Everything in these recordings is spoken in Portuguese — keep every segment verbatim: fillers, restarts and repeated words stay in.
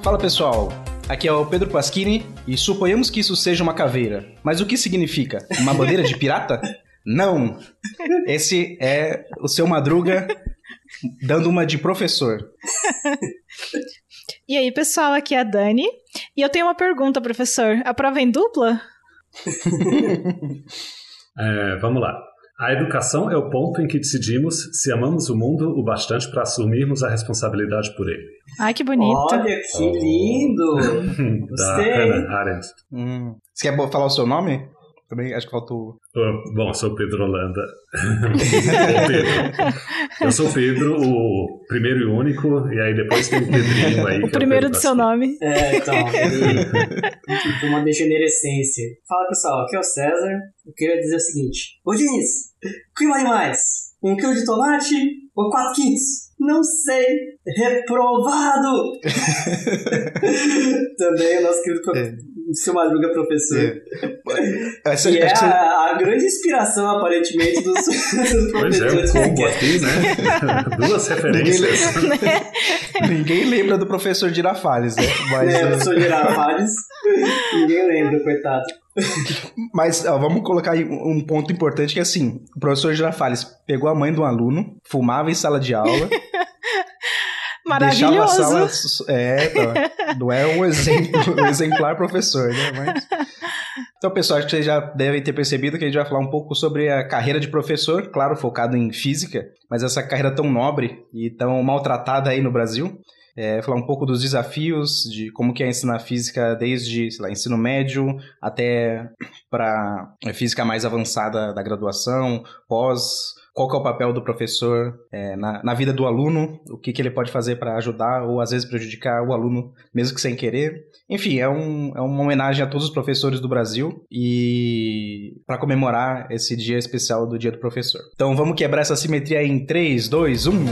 Fala pessoal, aqui é o Pedro Pasquini e suponhamos que isso seja uma caveira. Mas o que significa? Uma bandeira de pirata? Não! Esse é o seu Madruga dando uma de professor. E aí pessoal, aqui é a Dani e eu tenho uma pergunta, professor. A prova é em dupla? é, vamos lá. A educação é o ponto em que decidimos se amamos o mundo o bastante para assumirmos a responsabilidade por ele. Ai, que bonito. Olha, que lindo. Da Hannah Arendt. Hum. Você quer falar o seu nome? Também acho que faltou... Uh, bom, eu sou o Pedro Holanda. Pedro. Eu sou o Pedro, o primeiro e único, e aí depois tem o Pedrinho aí. O primeiro é o do seu nome. É, então, ele... uma degenerescência. Fala pessoal, aqui é o César. Eu queria dizer o seguinte: ô Diniz, que vale mais? Um quilo de tomate ou quatro quilos? Não sei. Reprovado! Também o nosso querido prof... é. seu Madruga professor. É. Essa, e é essa... a, a grande inspiração, aparentemente, dos, dos professores. Pois é, o combo aqui, né? Duas referências. Ninguém lembra, Ninguém lembra do professor Girafales, né? Mas, é, o professor Girafales. Ninguém lembra, coitado. Mas ó, vamos colocar aí um ponto importante que é assim, o professor Girafales pegou a mãe de um aluno, fumava em sala de aula. Maravilhoso. Deixava a sala, é, tá, não é um exemplo, um exemplar professor, né? Mas... Então, pessoal, acho que vocês já devem ter percebido que a gente vai falar um pouco sobre a carreira de professor, claro, focado em física, mas essa carreira tão nobre e tão maltratada aí no Brasil. É, falar um pouco dos desafios, de como que é ensinar física desde, sei lá, ensino médio até para física mais avançada da graduação, pós, qual que é o papel do professor é, na, na vida do aluno, o que, que ele pode fazer para ajudar ou às vezes prejudicar o aluno, mesmo que sem querer. Enfim, é, um, é uma homenagem a todos os professores do Brasil e para comemorar esse dia especial do Dia do Professor. Então vamos quebrar essa simetria aí em três, dois, um...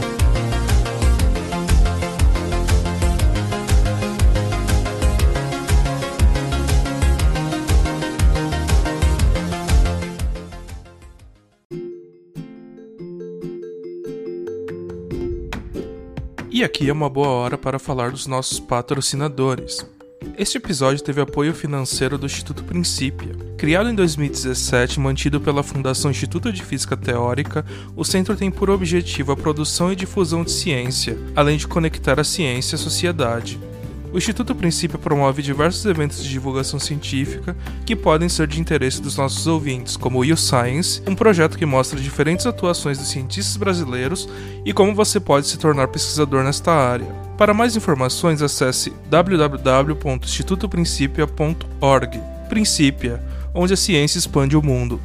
E aqui é uma boa hora para falar dos nossos patrocinadores. Este episódio teve apoio financeiro do Instituto Principia. Criado em dois mil e dezessete e mantido pela Fundação Instituto de Física Teórica, o centro tem por objetivo a produção e difusão de ciência, além de conectar a ciência à sociedade. O Instituto Principia promove diversos eventos de divulgação científica que podem ser de interesse dos nossos ouvintes, como o YouScience, um projeto que mostra diferentes atuações dos cientistas brasileiros e como você pode se tornar pesquisador nesta área. Para mais informações, acesse w w w ponto instituto principia ponto org. Principia, onde a ciência expande o mundo.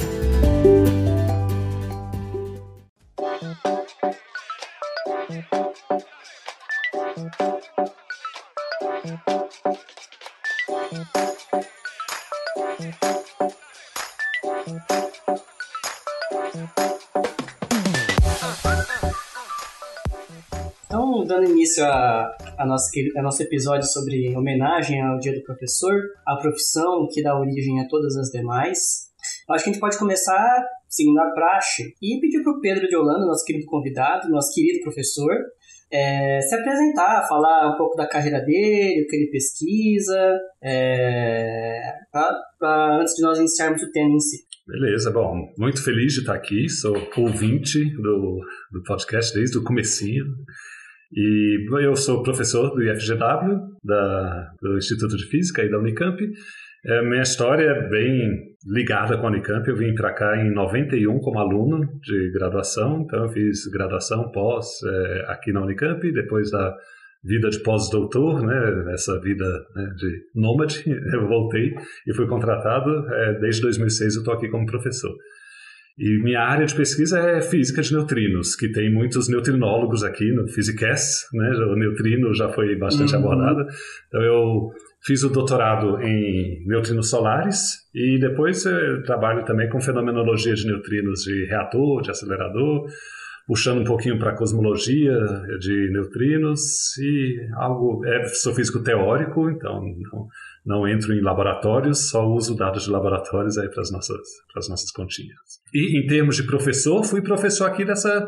Então, dando início a, a, nosso, a nosso episódio sobre homenagem ao Dia do Professor, a profissão que dá origem a todas as demais, acho que a gente pode começar, seguindo a praxe, e pedir para o Pedro de Holanda, nosso querido convidado, nosso querido professor, é, se apresentar, falar um pouco da carreira dele, o que ele pesquisa, é, pra, pra, antes de nós iniciarmos o tema em si. Beleza, bom, muito feliz de estar aqui, sou ouvinte do, do podcast desde o comecinho. E eu sou professor do I F G W, da, do Instituto de Física e da Unicamp. É, minha história é bem ligada com a Unicamp. Eu vim para cá em noventa e um como aluno de graduação, então eu fiz graduação pós é, aqui na Unicamp, depois da vida de pós-doutor, né, essa vida, né, de nômade, eu voltei e fui contratado. É, desde dois mil e seis eu estou aqui como professor. E minha área de pesquisa é física de neutrinos, que tem muitos neutrinólogos aqui no Physicast, né? O neutrino já foi bastante uhum. abordado. Então eu fiz o doutorado em neutrinos solares e depois eu trabalho também com fenomenologia de neutrinos de reator, de acelerador, puxando um pouquinho para a cosmologia de neutrinos e algo... É, sou físico teórico, então não, não entro em laboratórios, só uso dados de laboratórios aí para as nossas, para as nossas continhas. E em termos de professor, fui professor aqui dessa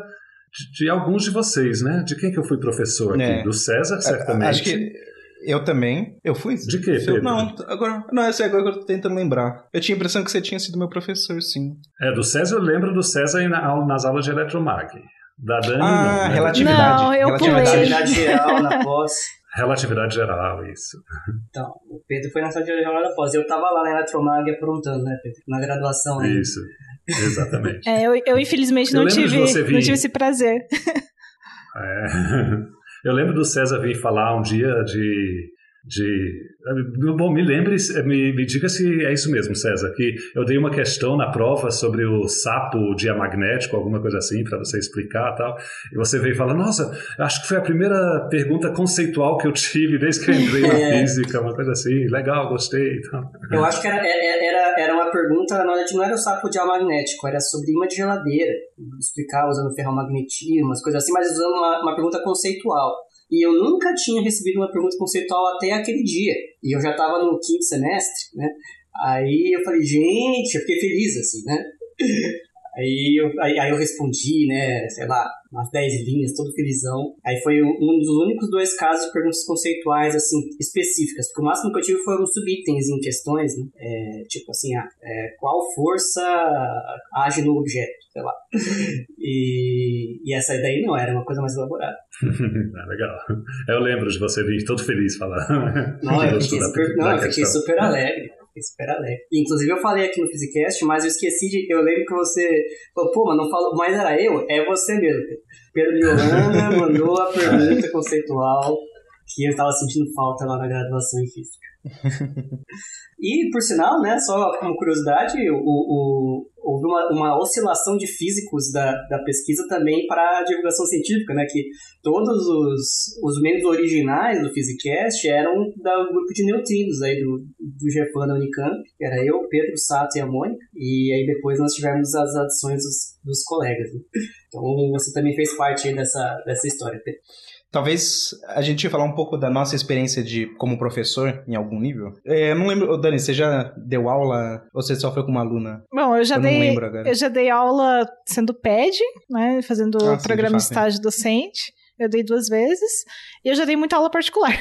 de, de alguns de vocês, né? De quem que eu fui professor aqui? É. Do César, certamente. Acho que eu também. Eu fui? De quê, Pedro? Não, agora, não, essa é agora que eu tô tentando lembrar. Eu tinha a impressão que você tinha sido meu professor, sim. É, do César eu lembro do César na, nas aulas de eletromag. Da Dani, ah, não, né? relatividade. Não, eu relatividade geral na pós. Relatividade geral, isso. Então, o Pedro foi na relatividade geral na pós. Eu tava lá na eletromag aprontando, né, Pedro? Na graduação ainda. Isso, exatamente. É, eu, eu infelizmente não eu tive, vir... não tive esse prazer. É. Eu lembro do César vir falar um dia de... de... Bom, me lembre, me, me diga se é isso mesmo, César, que eu dei uma questão na prova sobre o sapo diamagnético, alguma coisa assim, para você explicar e tal, e você veio falar, nossa, acho que foi a primeira pergunta conceitual que eu tive desde que eu entrei na é. física, uma coisa assim, legal, gostei e tal. Eu acho que era, era, era uma pergunta, na verdade não era o sapo diamagnético, era sobre imã de geladeira, explicar usando ferromagnetismo, umas coisas assim, mas usando uma, uma pergunta conceitual. E eu nunca tinha recebido uma pergunta conceitual até aquele dia. E eu já estava no quinto semestre, né? Aí eu falei, gente, eu fiquei feliz, assim, né? Aí eu, aí, aí eu respondi, né, sei lá, umas dez linhas, todo felizão. Aí foi um, um dos únicos dois casos de perguntas conceituais, assim, específicas. Porque o máximo que eu tive foram subitens em questões, né? É, tipo assim, ah, é, qual força age no objeto, sei lá. E, e essa daí não, era uma coisa mais elaborada. Ah, legal. Eu lembro de você vir todo feliz falar. Não, eu fiquei super, não, eu fiquei super alegre. Fiquei super alegre. Inclusive eu falei aqui no Physicast, mas eu esqueci de... Eu lembro que você falou, pô, mas não falou, mas era eu? É você mesmo. Pedro Liolanda mandou a pergunta conceitual que eu estava sentindo falta lá na graduação em Física. E, por sinal, né, só como curiosidade, o, o, houve uma, uma oscilação de físicos da, da pesquisa também para a divulgação científica, né, que todos os, os membros originais do Physicast eram do grupo de neutrinos aí do, do GEFAN da Unicamp, que era eu, Pedro, Sato e a Mônica, e aí depois nós tivemos as adições dos, dos colegas. Né? Então você também fez parte aí dessa, dessa história, Pedro. Talvez a gente ia falar um pouco da nossa experiência de como professor em algum nível. É, eu não lembro, Dani, você já deu aula ou você só foi como aluna? Bom, eu já eu dei, não lembro agora. Eu já dei aula sendo P E D, né, fazendo ah, programa de, de estágio docente. Eu dei duas vezes e eu já dei muita aula particular.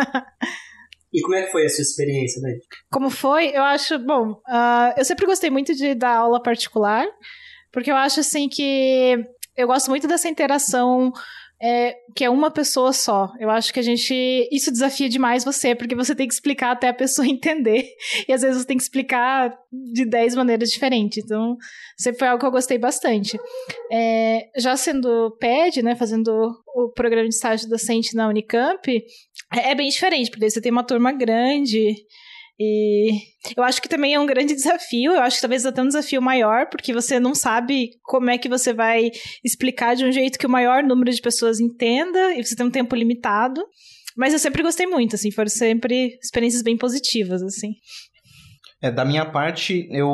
E como é que foi a sua experiência, Dani? Como foi? Eu acho, bom, uh, eu sempre gostei muito de dar aula particular, porque eu acho assim que eu gosto muito dessa interação. É, que é uma pessoa só. Eu acho que a gente... Isso desafia demais você, porque você tem que explicar até a pessoa entender. E às vezes você tem que explicar de dez maneiras diferentes. Então, sempre foi algo que eu gostei bastante. É, já sendo P E D, né, fazendo o programa de estágio docente na Unicamp, é, é bem diferente, porque você tem uma turma grande... E eu acho que também é um grande desafio, eu acho que talvez até um desafio maior, porque você não sabe como é que você vai explicar de um jeito que o maior número de pessoas entenda, e você tem um tempo limitado. Mas eu sempre gostei muito, assim, foram sempre experiências bem positivas, assim. É, da minha parte, eu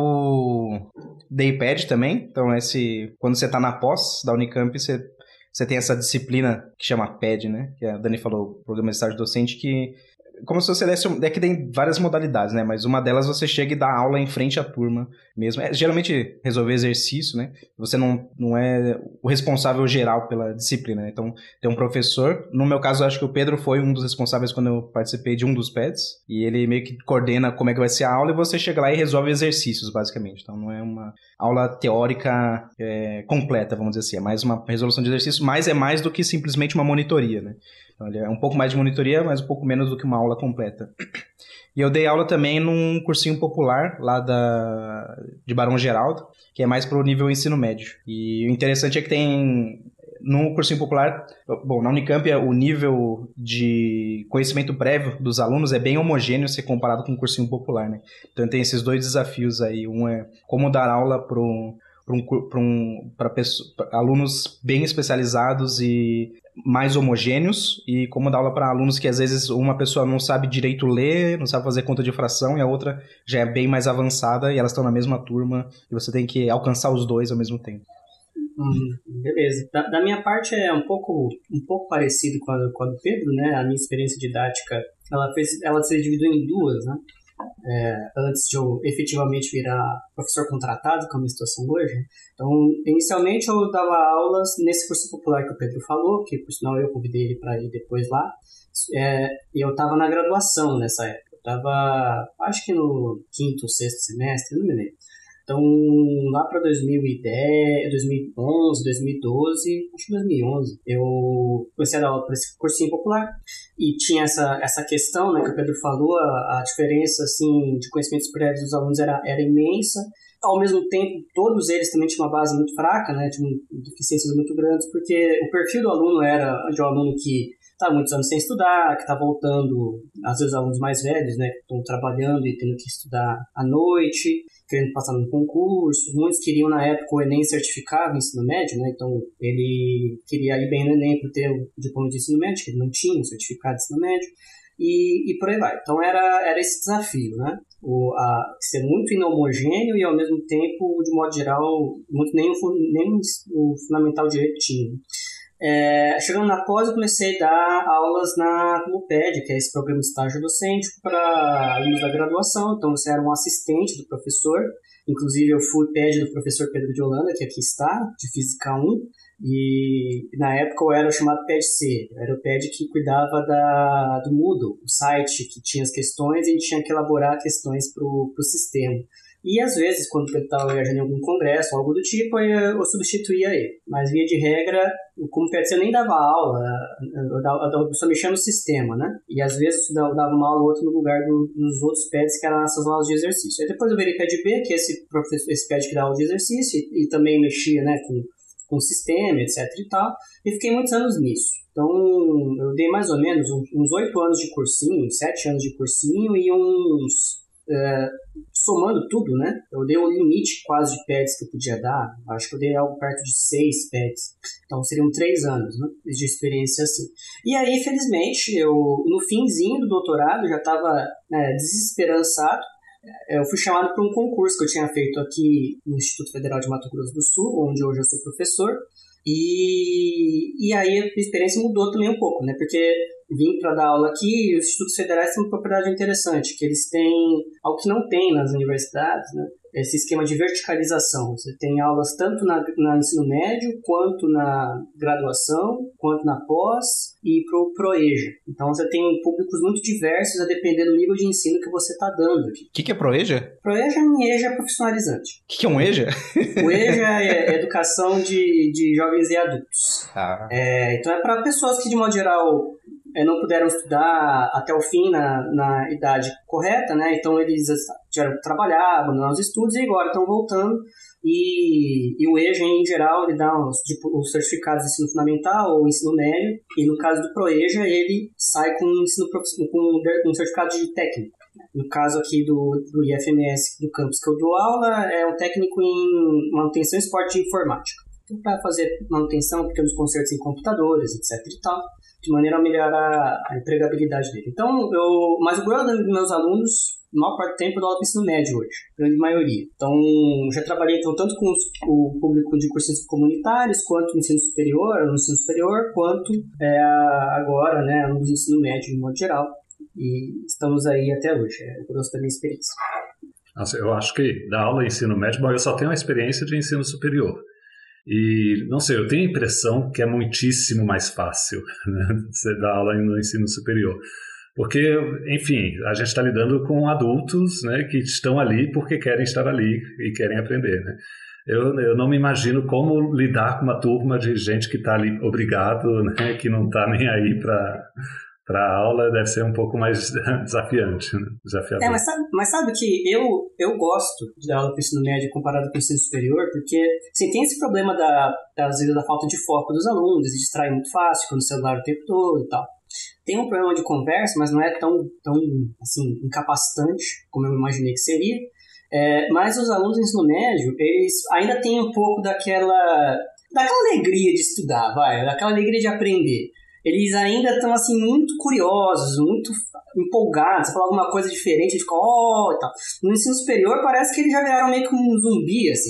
dei P E D também, então esse, quando você tá na pós da Unicamp, você, você tem essa disciplina que chama P E D, né, que a Dani falou, Programa de Estágio Docente, que como se você desse... É que tem várias modalidades, né? Mas uma delas você chega e dá aula em frente à turma mesmo. É, geralmente, resolver exercício, né? Você não, não é o responsável geral pela disciplina, né? Então, tem um professor. No meu caso, eu acho que o Pedro foi um dos responsáveis quando eu participei de um dos P E Ds. E ele meio que coordena como é que vai ser a aula e você chega lá e resolve exercícios, basicamente. Então, não é uma aula teórica é, completa, vamos dizer assim. É mais uma resolução de exercícios, mas é mais do que simplesmente uma monitoria, né? Então, ele é um pouco mais de monitoria, mas um pouco menos do que uma aula completa. E eu dei aula também num cursinho popular lá da, de Barão Geraldo, que é mais pro nível ensino médio. E o interessante é que tem... No cursinho popular, bom, na Unicamp o nível de conhecimento prévio dos alunos é bem homogêneo se comparado com o cursinho popular, né? Então tem esses dois desafios aí. Um é como dar aula para um, para um, um, alunos bem especializados e mais homogêneos, e como dar aula para alunos que às vezes uma pessoa não sabe direito ler, não sabe fazer conta de fração, e a outra já é bem mais avançada e elas estão na mesma turma e você tem que alcançar os dois ao mesmo tempo. Hum, beleza. Da, da minha parte é um pouco, um pouco parecido com a, com a do Pedro, né? A minha experiência didática, ela, fez, ela se dividiu em duas, né? é, antes de eu efetivamente virar professor contratado, que é uma situação hoje. Então, inicialmente eu dava aulas nesse curso popular que o Pedro falou, que por sinal eu convidei ele para ir depois lá, é, e eu estava na graduação nessa época. Eu estava, acho que no quinto ou sexto semestre, não me lembro. Então, lá para dois mil e dez, dois mil e onze, dois mil e doze, acho que dois mil e onze, eu comecei a dar aula para esse cursinho popular e tinha essa, essa questão, né, que o Pedro falou, a, a diferença assim, de conhecimentos prévios dos alunos era, era imensa. Ao mesmo tempo, todos eles também tinham uma base muito fraca, né, tinham deficiências muito grandes, porque o perfil do aluno era de um aluno que está muitos anos sem estudar, que está voltando, às vezes alunos mais velhos, né, que estão trabalhando e tendo que estudar à noite, querendo passar num concurso. Muitos queriam, na época, o Enem certificado no ensino médio, né? Então, ele queria ir bem no Enem para ter o diploma de ensino médio, que ele não tinha um certificado de ensino médio, e, e por aí vai. Então, era, era esse desafio, né? O, a, ser muito inhomogêneo e, ao mesmo tempo, de modo geral, muito, nem, o, nem o fundamental direito tinha. É, chegando na pós, eu comecei a dar aulas na Lumuped, que é esse programa de estágio docente para alunos da graduação. Então, você era um assistente do professor. Inclusive, eu fui P E D do professor Pedro de Holanda, que aqui está, de Física um. E, na época, eu era o chamado P E D C. Eu era o P E D que cuidava da, do Moodle, o site que tinha as questões, e a gente tinha que elaborar questões para o sistema. E, às vezes, quando eu estava viajando em algum congresso ou algo do tipo, eu, eu substituía ele. Mas, via de regra, como P E D C, eu nem dava aula, eu, dava, eu só mexia no sistema, né? E, às vezes, eu dava uma aula ou outra no lugar do, dos outros P E Ds que eram nessas aulas de exercício. Aí, depois, eu virei P E D B, que é esse, esse P E D que dá aula de exercício, e, e também mexia, né, com, com o sistema, etc e tal. E fiquei muitos anos nisso. Então, eu dei mais ou menos uns oito anos de cursinho, sete anos de cursinho e uns... Uh, somando tudo, né? Eu dei um limite quase de P E Ds que eu podia dar. Acho que eu dei algo perto de seis P E Ds. Então seriam três anos, né, de experiência assim. E aí, felizmente, eu no finzinho do doutorado já estava é, desesperançado. Eu fui chamado para um concurso que eu tinha feito aqui no Instituto Federal de Mato Grosso do Sul, onde hoje eu sou professor. E, e aí a experiência mudou também um pouco, né? Porque vim para dar aula aqui e os institutos federais têm uma propriedade interessante, que eles têm algo que não tem nas universidades, né? Esse esquema de verticalização. Você tem aulas tanto na, na ensino médio, quanto na graduação, quanto na pós e pro ProEja. Então você tem públicos muito diversos a depender do nível de ensino que você está dando aqui. O que, que é ProEja? ProEja é um EJA profissionalizante. O que, que é um EJA? O EJA é educação de, de jovens e adultos. Ah. É, então é para pessoas que, de modo geral, não puderam estudar até o fim na, na idade correta, né? Então eles tiveram que trabalhar, abandonar os estudos e agora estão voltando. E, e o EJA, em geral, ele dá os, tipo, os certificados de ensino fundamental ou ensino médio. E no caso do ProEja, ele sai com, ensino, com um certificado de técnico. No caso aqui do, do I F M S, do campus que eu dou aula, é um técnico em manutenção e suporte de informática. Então, para fazer manutenção, pequenos consertos em computadores, etc e tal, de maneira a melhorar a empregabilidade dele. Então, eu, mas o grosso dos meus alunos, na maior parte do tempo, eu dou aula para o ensino médio hoje, grande maioria. Então, já trabalhei então, tanto com os, o público de cursinhos comunitários, quanto no ensino superior, no ensino superior, quanto é, agora, né, no ensino médio, de modo geral. E estamos aí até hoje, é o grosso da minha experiência. Nossa, eu acho que dar aula em ensino médio, bom, eu só tenho uma experiência de ensino superior. E, não sei, eu tenho a impressão que é muitíssimo mais fácil, né, você dar aula no ensino superior. Porque, enfim, a gente está lidando com adultos, né, que estão ali porque querem estar ali e querem aprender, né. Eu, eu não me imagino como lidar com uma turma de gente que está ali obrigado, né, que não está nem aí para... Para a aula deve ser um pouco mais desafiante, né? Desafiador. É, mas sabe, mas sabe que eu, eu gosto de dar aula para o ensino médio comparado com o ensino superior, porque assim, tem esse problema da, às vezes, da falta de foco dos alunos, eles distraem muito fácil com o celular o tempo todo e tal. Tem um problema de conversa, mas não é tão, tão assim, incapacitante como eu imaginei que seria. É, mas os alunos do ensino médio, eles ainda têm um pouco daquela, daquela alegria de estudar, vai, daquela alegria de aprender. Eles ainda estão, assim, muito curiosos, muito empolgados. Você fala alguma coisa diferente, eles ficam, ó, e tal. No ensino superior, parece que eles já viraram meio que um zumbi, assim.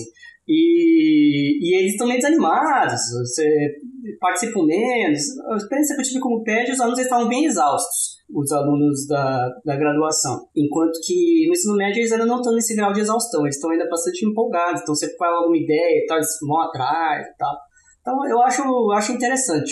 E, e eles estão meio desanimados, você participa menos. A experiência que eu tive como P E D, os alunos estavam bem exaustos. os alunos da, da graduação. Enquanto que no ensino médio eles ainda não estão nesse grau de exaustão, eles estão ainda bastante empolgados, então você fala alguma ideia e tal, eles vão atrás e tal. Então eu acho, acho interessante,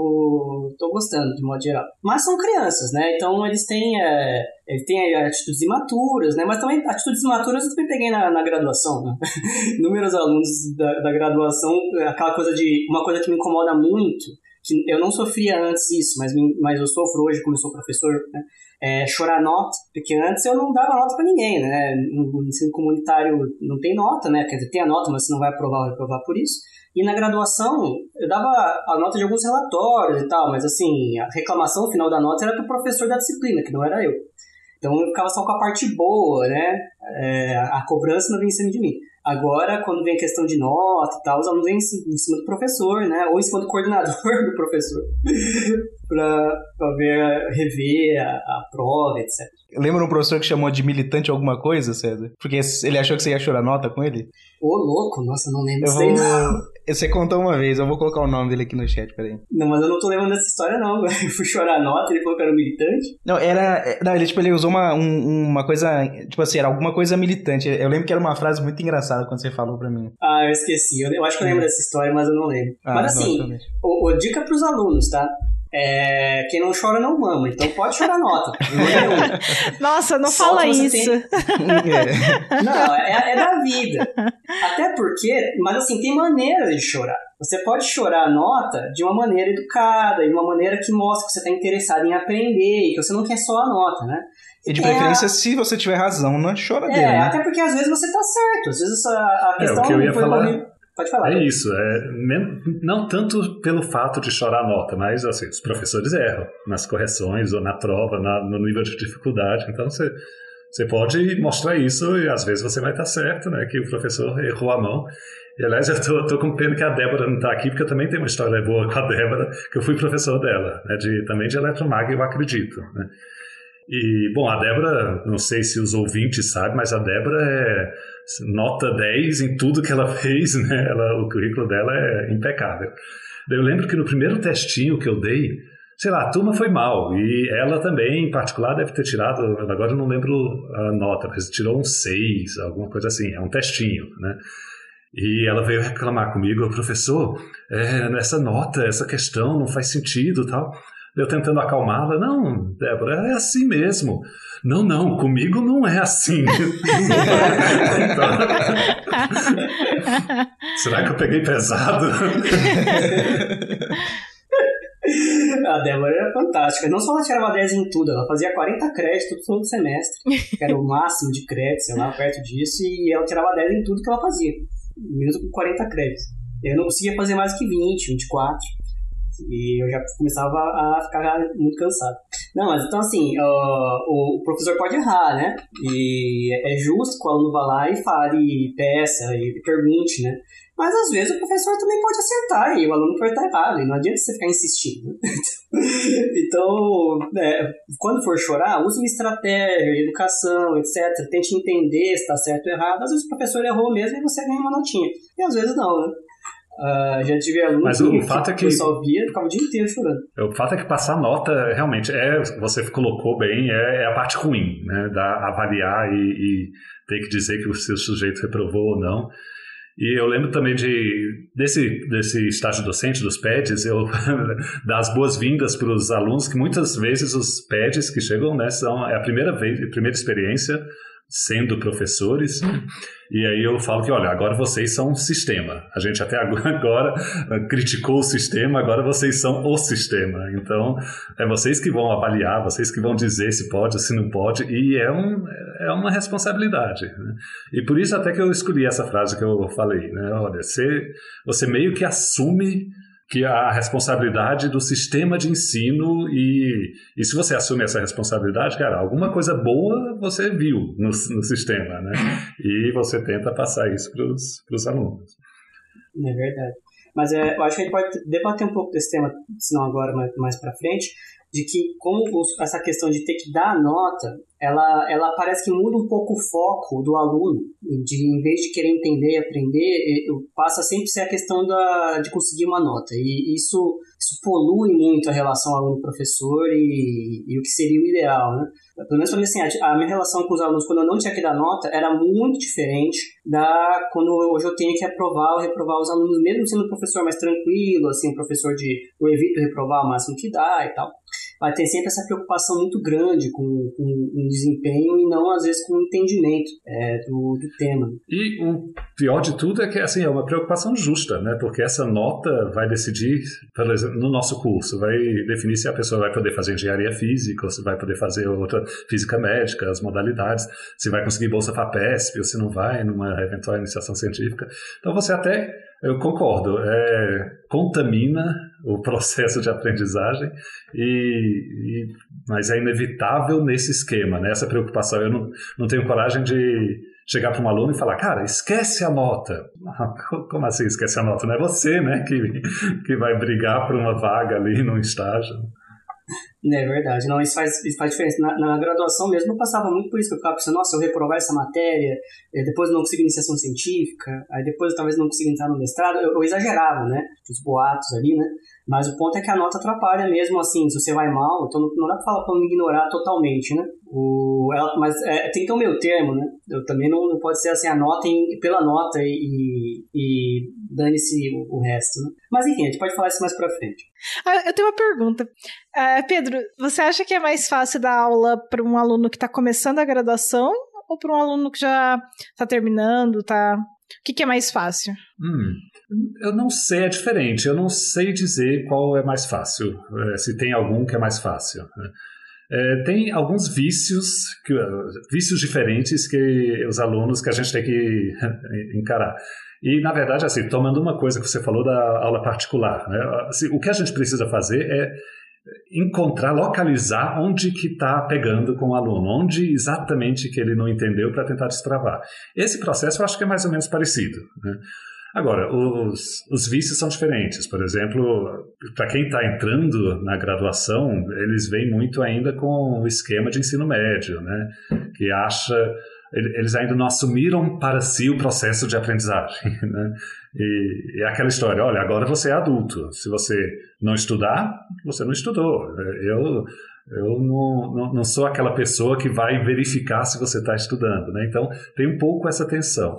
eu tô gostando de modo geral. Mas são crianças, né, então eles têm, é, eles têm atitudes imaturas, né, mas também atitudes imaturas eu também peguei na, na graduação, né. Inúmeros alunos da, da graduação, aquela coisa de, uma coisa que me incomoda muito, que eu não sofria antes isso, mas, mas eu sofro hoje como eu sou professor, né, é chorar nota, porque antes eu não dava nota pra ninguém, né, no ensino comunitário não tem nota, né, quer dizer, tem a nota, mas você não vai aprovar ou reprovar por isso. E na graduação, eu dava a nota de alguns relatórios e tal, mas assim, a reclamação no final da nota era do professor da disciplina, que não era eu. Então eu ficava só com a parte boa, né? É, a cobrança não vinha em cima de mim. Agora, quando vem a questão de nota e tal, os alunos vêm em cima do professor, né? Ou em cima do coordenador do professor, pra, pra ver, rever a, a prova, etcétera. Lembra um professor que chamou de militante alguma coisa, César? Porque ele achou que você ia chorar nota com ele? Ô, louco, nossa, não lembro disso aí, não. Você contou uma vez, eu vou colocar o nome dele aqui no chat, peraí. Não, mas eu não tô lembrando dessa história, não. Eu fui chorar nota, ele falou que era militante. Não, era... Não, ele, tipo, ele usou uma, um, uma coisa... Tipo assim, era alguma coisa militante. Eu lembro que era uma frase muito engraçada quando você falou pra mim. Ah, eu esqueci. Eu, eu acho que eu lembro dessa história, mas eu não lembro. Ah, mas assim, o, o, dica pros alunos, tá? É, quem não chora não mama, então pode chorar nota. Nossa, não fala isso. Tem... Não, é, é da vida. Até porque, mas assim, tem maneira de chorar. Você pode chorar a nota de uma maneira educada, de uma maneira que mostra que você está interessado em aprender e que você não quer só a nota, né? E de preferência, a... se você tiver razão na choradeira. É, né? Até porque às vezes você tá certo. Às vezes a, a questão... É, o que eu ia falar... Correr... Pode falar. É isso, é, não tanto pelo fato de chorar a nota, mas assim, os professores erram nas correções ou na prova, na, no nível de dificuldade, então você, você pode mostrar isso e às vezes você vai estar certo, né, que o professor errou a mão. E aliás, eu tô, tô com pena que a Débora não está aqui, porque eu também tenho uma história boa com a Débora, que eu fui professor dela, né, de, também de eletromag, eu acredito, né. E, bom, a Débora, não sei se os ouvintes sabem, mas a Débora é nota dez em tudo que ela fez, né? Ela, o currículo dela é impecável. Eu lembro que no primeiro testinho que eu dei, sei lá, a turma foi mal, e ela também, em particular, deve ter tirado, agora eu não lembro a nota, mas tirou um seis, alguma coisa assim, é um testinho, né? E ela veio reclamar comigo, professor, é, essa nota, essa questão não faz sentido e tal. Eu tentando acalmá-la, não, Débora, é assim mesmo. Não, não, comigo não é assim. Então, será que eu peguei pesado? A Débora era fantástica. Não só ela tirava dez em tudo, ela fazia quarenta créditos todo semestre, que era o máximo de crédito, sei lá, perto disso, e ela tirava dez em tudo que ela fazia, mesmo com quarenta créditos. Eu não conseguia fazer mais que vinte, vinte e quatro. E eu já começava a ficar muito cansado. Não, mas então assim, uh, o professor pode errar, né? E é justo que o aluno vá lá e fale, e peça, e pergunte, né? Mas às vezes o professor também pode acertar e o aluno pode estar errado, e não adianta você ficar insistindo. Então, é, quando for chorar, use uma estratégia, educação, etcétera. Tente entender se está certo ou errado. Às vezes o professor errou mesmo e você ganha uma notinha. E às vezes não, né? Uh, já tive alunos Mas o, que, o fato que é que o pessoal via e ficava o dia inteiro chorando. O fato é que passar nota, realmente, é, você colocou bem, é, é a parte ruim, né? Da, avaliar e, e ter que dizer que o seu sujeito reprovou ou não. E eu lembro também de, desse, desse estágio docente, dos P E Ds, eu dar as boas-vindas para os alunos, que muitas vezes os P E Ds que chegam, né, são, é a primeira vez, a primeira experiência sendo professores, e aí eu falo que, olha, agora vocês são um sistema. A gente até agora criticou o sistema, agora vocês são o sistema. Então, é vocês que vão avaliar, vocês que vão dizer se pode ou se não pode, e é, um, é uma responsabilidade, né? E por isso até que eu escolhi essa frase que eu falei, né? Olha, você, você meio que assume que a responsabilidade do sistema de ensino, e, e se você assume essa responsabilidade, cara, alguma coisa boa você viu no, no sistema, né? E você tenta passar isso para os alunos. É verdade. Mas é, eu acho que a gente pode debater um pouco desse tema, se não agora, mais, mais para frente, de que como os, essa questão de ter que dar a nota ela, ela parece que muda um pouco o foco do aluno, de, em vez de querer entender e aprender, passa sempre a ser a questão da, de conseguir uma nota, e isso, isso polui muito a relação aluno-professor e, e o que seria o ideal, né? Pelo menos para mim, assim, a, a minha relação com os alunos, quando eu não tinha que dar nota, era muito diferente da quando hoje eu tenho que aprovar ou reprovar os alunos, mesmo sendo um professor mais tranquilo, assim, um professor de, eu evito reprovar o máximo que dá e tal. Vai ter sempre essa preocupação muito grande com, com o desempenho e não, às vezes, com o entendimento é, do, do tema. E o pior de tudo é que assim, é uma preocupação justa, né? Porque essa nota vai decidir, por exemplo, no nosso curso, vai definir se a pessoa vai poder fazer engenharia física ou se vai poder fazer outra física médica, as modalidades, se vai conseguir bolsa FAPESP ou se não vai numa eventual iniciação científica. Então você até, eu concordo, é, contamina o processo de aprendizagem, e, e, mas é inevitável nesse esquema, né? Essa preocupação. Eu não, não tenho coragem de chegar para um aluno e falar, cara, esquece a nota. Como assim esquece a nota? Não é você, né, que, que vai brigar por uma vaga ali num estágio. É verdade, não, isso faz, isso faz diferença. Na, na graduação mesmo eu passava muito por isso, que eu ficava pensando, nossa, eu reprovar essa matéria, depois eu não consigo iniciação científica, aí depois eu talvez não consiga entrar no mestrado, eu, eu exagerava, né, os boatos ali, né, mas o ponto é que a nota atrapalha mesmo, assim, se você vai mal, então não, não dá pra falar pra não ignorar totalmente, né, o, ela, mas é, tem que ter um meio termo, né, eu também não, não pode ser assim, a nota em, pela nota e, e dane-se o, o resto, né, mas enfim, a gente pode falar isso mais pra frente. Ah, eu tenho uma pergunta. Uh, Pedro, você acha que é mais fácil dar aula para um aluno que está começando a graduação ou para um aluno que já está terminando? Tá... O que, que é mais fácil? Hum, eu não sei, é diferente. Eu não sei dizer qual é mais fácil, se tem algum que é mais fácil. É, tem alguns vícios, que, vícios diferentes que os alunos que a gente tem que encarar. E, na verdade, assim, tomando uma coisa que você falou da aula particular, né? Assim, o que a gente precisa fazer é encontrar, localizar onde que está pegando com o aluno, onde exatamente que ele não entendeu para tentar destravar. Esse processo eu acho que é mais ou menos parecido, né? Agora, os, os vícios são diferentes. Por exemplo, para quem está entrando na graduação, eles vêm muito ainda com o esquema de ensino médio, né? Que acha... Eles ainda não assumiram para si o processo de aprendizagem, né? E, e aquela história, olha, agora você é adulto. Se você não estudar, você não estudou. Eu, eu não, não, não sou aquela pessoa que vai verificar se você está estudando, né? Então, tem um pouco essa tensão.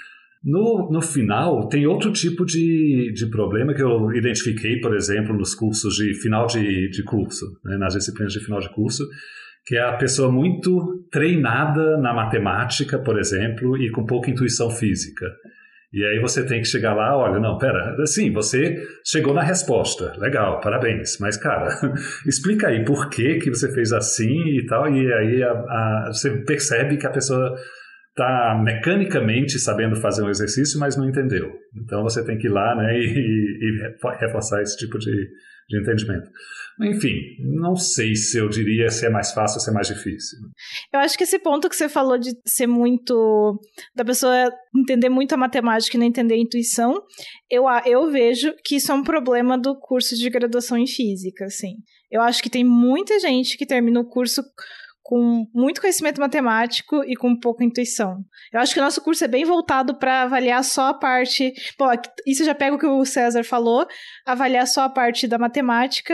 No, no final, tem outro tipo de, de problema que eu identifiquei, por exemplo, nos cursos de final de, de curso, né? Nas disciplinas de final de curso, que é a pessoa muito treinada na matemática, por exemplo, e com pouca intuição física. E aí você tem que chegar lá, olha, não, pera, assim, você chegou na resposta, legal, parabéns, mas, cara, explica aí por que que você fez assim e tal, e aí a, a, você percebe que a pessoa está mecanicamente sabendo fazer um exercício, mas não entendeu. Então você tem que ir lá, né, e, e reforçar esse tipo de, de entendimento. Enfim, não sei se eu diria se é mais fácil ou se é mais difícil. Eu acho que esse ponto que você falou de ser muito... da pessoa entender muito a matemática e não entender a intuição, eu, eu vejo que isso é um problema do curso de graduação em física, assim. Eu acho que tem muita gente que termina o curso com muito conhecimento matemático e com pouca intuição. Eu acho que o nosso curso é bem voltado para avaliar só a parte... Bom, isso já pega o que o César falou, avaliar só a parte da matemática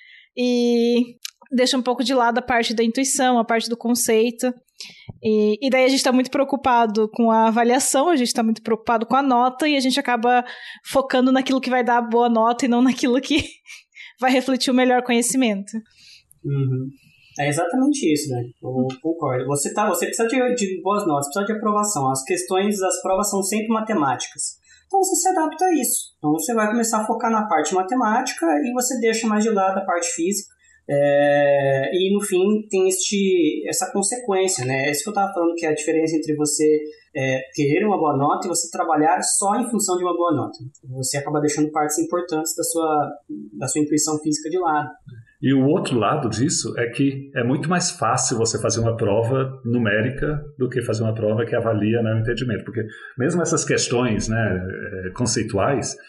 e deixa um pouco de lado a parte da intuição, a parte do conceito. E, e daí a gente está muito preocupado com a avaliação, a gente está muito preocupado com a nota e a gente acaba focando naquilo que vai dar a boa nota e não naquilo que vai refletir o melhor conhecimento. Uhum. É exatamente isso, né? Eu concordo. Você, tá, você precisa de, de boas notas, precisa de aprovação. As questões das provas são sempre matemáticas. Então você se adapta a isso. Então você vai começar a focar na parte matemática e você deixa mais de lado a parte física. É, e no fim tem este, essa consequência, né? É isso que eu estava falando, que é a diferença entre você é, querer uma boa nota e você trabalhar só em função de uma boa nota. Você acaba deixando partes importantes da sua, da sua intuição física de lado. E o outro lado disso é que é muito mais fácil você fazer uma prova numérica do que fazer uma prova que avalia, né, o entendimento. Porque mesmo essas questões, né, conceituais,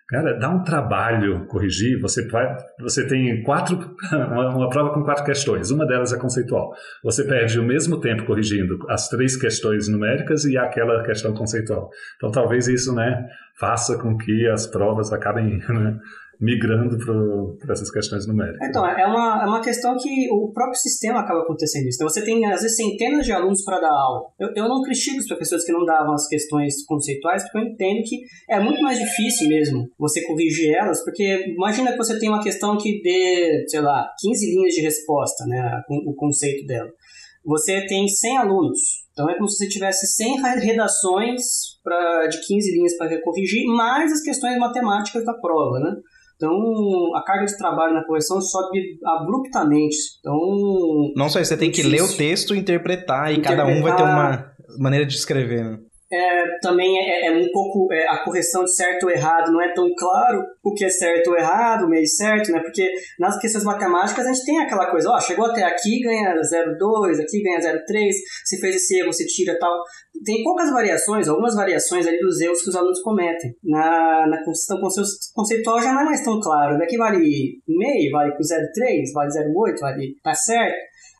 Cara, dá um trabalho corrigir. Você, vai, você tem quatro, uma, uma prova com quatro questões. Uma delas é conceitual. Você perde o mesmo tempo corrigindo as três questões numéricas e aquela questão conceitual. Então, talvez isso, né, faça com que as provas acabem, né, migrando para essas questões numéricas. Então, é uma, é uma questão que o próprio sistema acaba acontecendo isso. Então, você tem, às vezes, centenas de alunos para dar aula. Eu, eu não critico os professores que não davam as questões conceituais, porque eu entendo que é muito mais difícil mesmo você corrigir elas, porque imagina que você tem uma questão que dê, sei lá, quinze linhas de resposta, né, o conceito dela. Você tem cem alunos. Então, é como se você tivesse cem redações pra, de quinze linhas para corrigir, mais as questões matemáticas da prova, né? Então, a carga de trabalho na correção sobe abruptamente. Então, não só isso, você tem que ler o texto e interpretar, e interpretar, cada um vai ter uma maneira de escrever, né? É, também é, é um pouco é, a correção de certo ou errado não é tão claro o que é certo ou errado, o meio certo, né? Porque nas questões matemáticas a gente tem aquela coisa, ó, chegou até aqui, ganha zero vírgula dois, aqui ganha zero vírgula três, se fez esse erro, você tira tal. Tem poucas variações, algumas variações ali dos erros que os alunos cometem. Na, na questão conceitual já não é mais tão claro. Daqui vale meio, vale com zero vírgula três, vale zero vírgula oito, vale tá certo.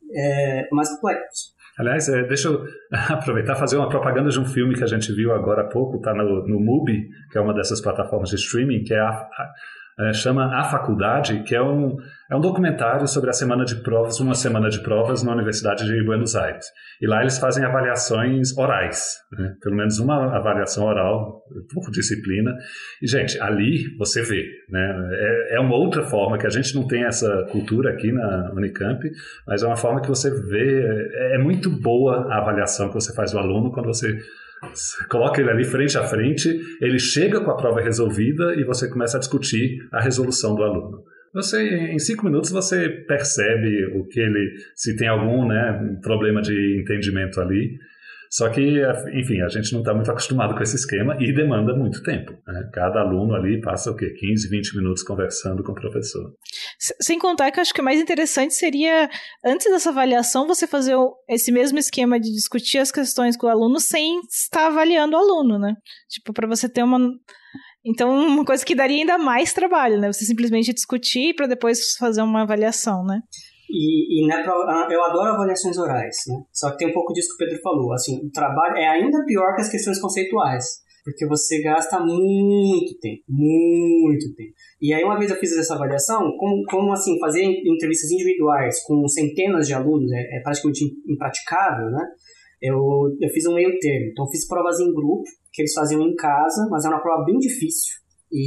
É mais complexo. Aliás, é, deixa eu aproveitar e fazer uma propaganda de um filme que a gente viu agora há pouco, está no, no Mubi, que é uma dessas plataformas de streaming, que é a, a, é, chama A Faculdade, que é um, é um documentário sobre a semana de provas, uma semana de provas na Universidade de Buenos Aires. E lá eles fazem avaliações orais, né? Pelo menos uma avaliação oral por disciplina. E, gente, ali você vê, né? É, é uma outra forma que a gente não tem essa cultura aqui na Unicamp, mas é uma forma que você vê, é, é muito boa a avaliação que você faz do aluno quando você coloca ele ali frente a frente, ele chega com a prova resolvida e você começa a discutir a resolução do aluno. Você, em cinco minutos você percebe o que ele, se tem algum, né, problema de entendimento ali. Só que, enfim, a gente não está muito acostumado com esse esquema e demanda muito tempo, né? Cada aluno ali passa o quê? quinze, vinte minutos conversando com o professor. Sem contar que eu acho que o mais interessante seria, antes dessa avaliação, você fazer esse mesmo esquema de discutir as questões com o aluno sem estar avaliando o aluno, né? Tipo, para você ter uma... Então, uma coisa que daria ainda mais trabalho, né? Você simplesmente discutir para depois fazer uma avaliação, né? E, e né, eu adoro avaliações orais, né? Só que tem um pouco disso que o Pedro falou. Assim, o trabalho é ainda pior que as questões conceituais, porque você gasta muito tempo, muito tempo. E aí, uma vez eu fiz essa avaliação, como, como assim, fazer entrevistas individuais com centenas de alunos é, é praticamente impraticável, né? Eu, eu fiz um meio termo. Então, eu fiz provas em grupo, que eles faziam em casa, mas era uma prova bem difícil.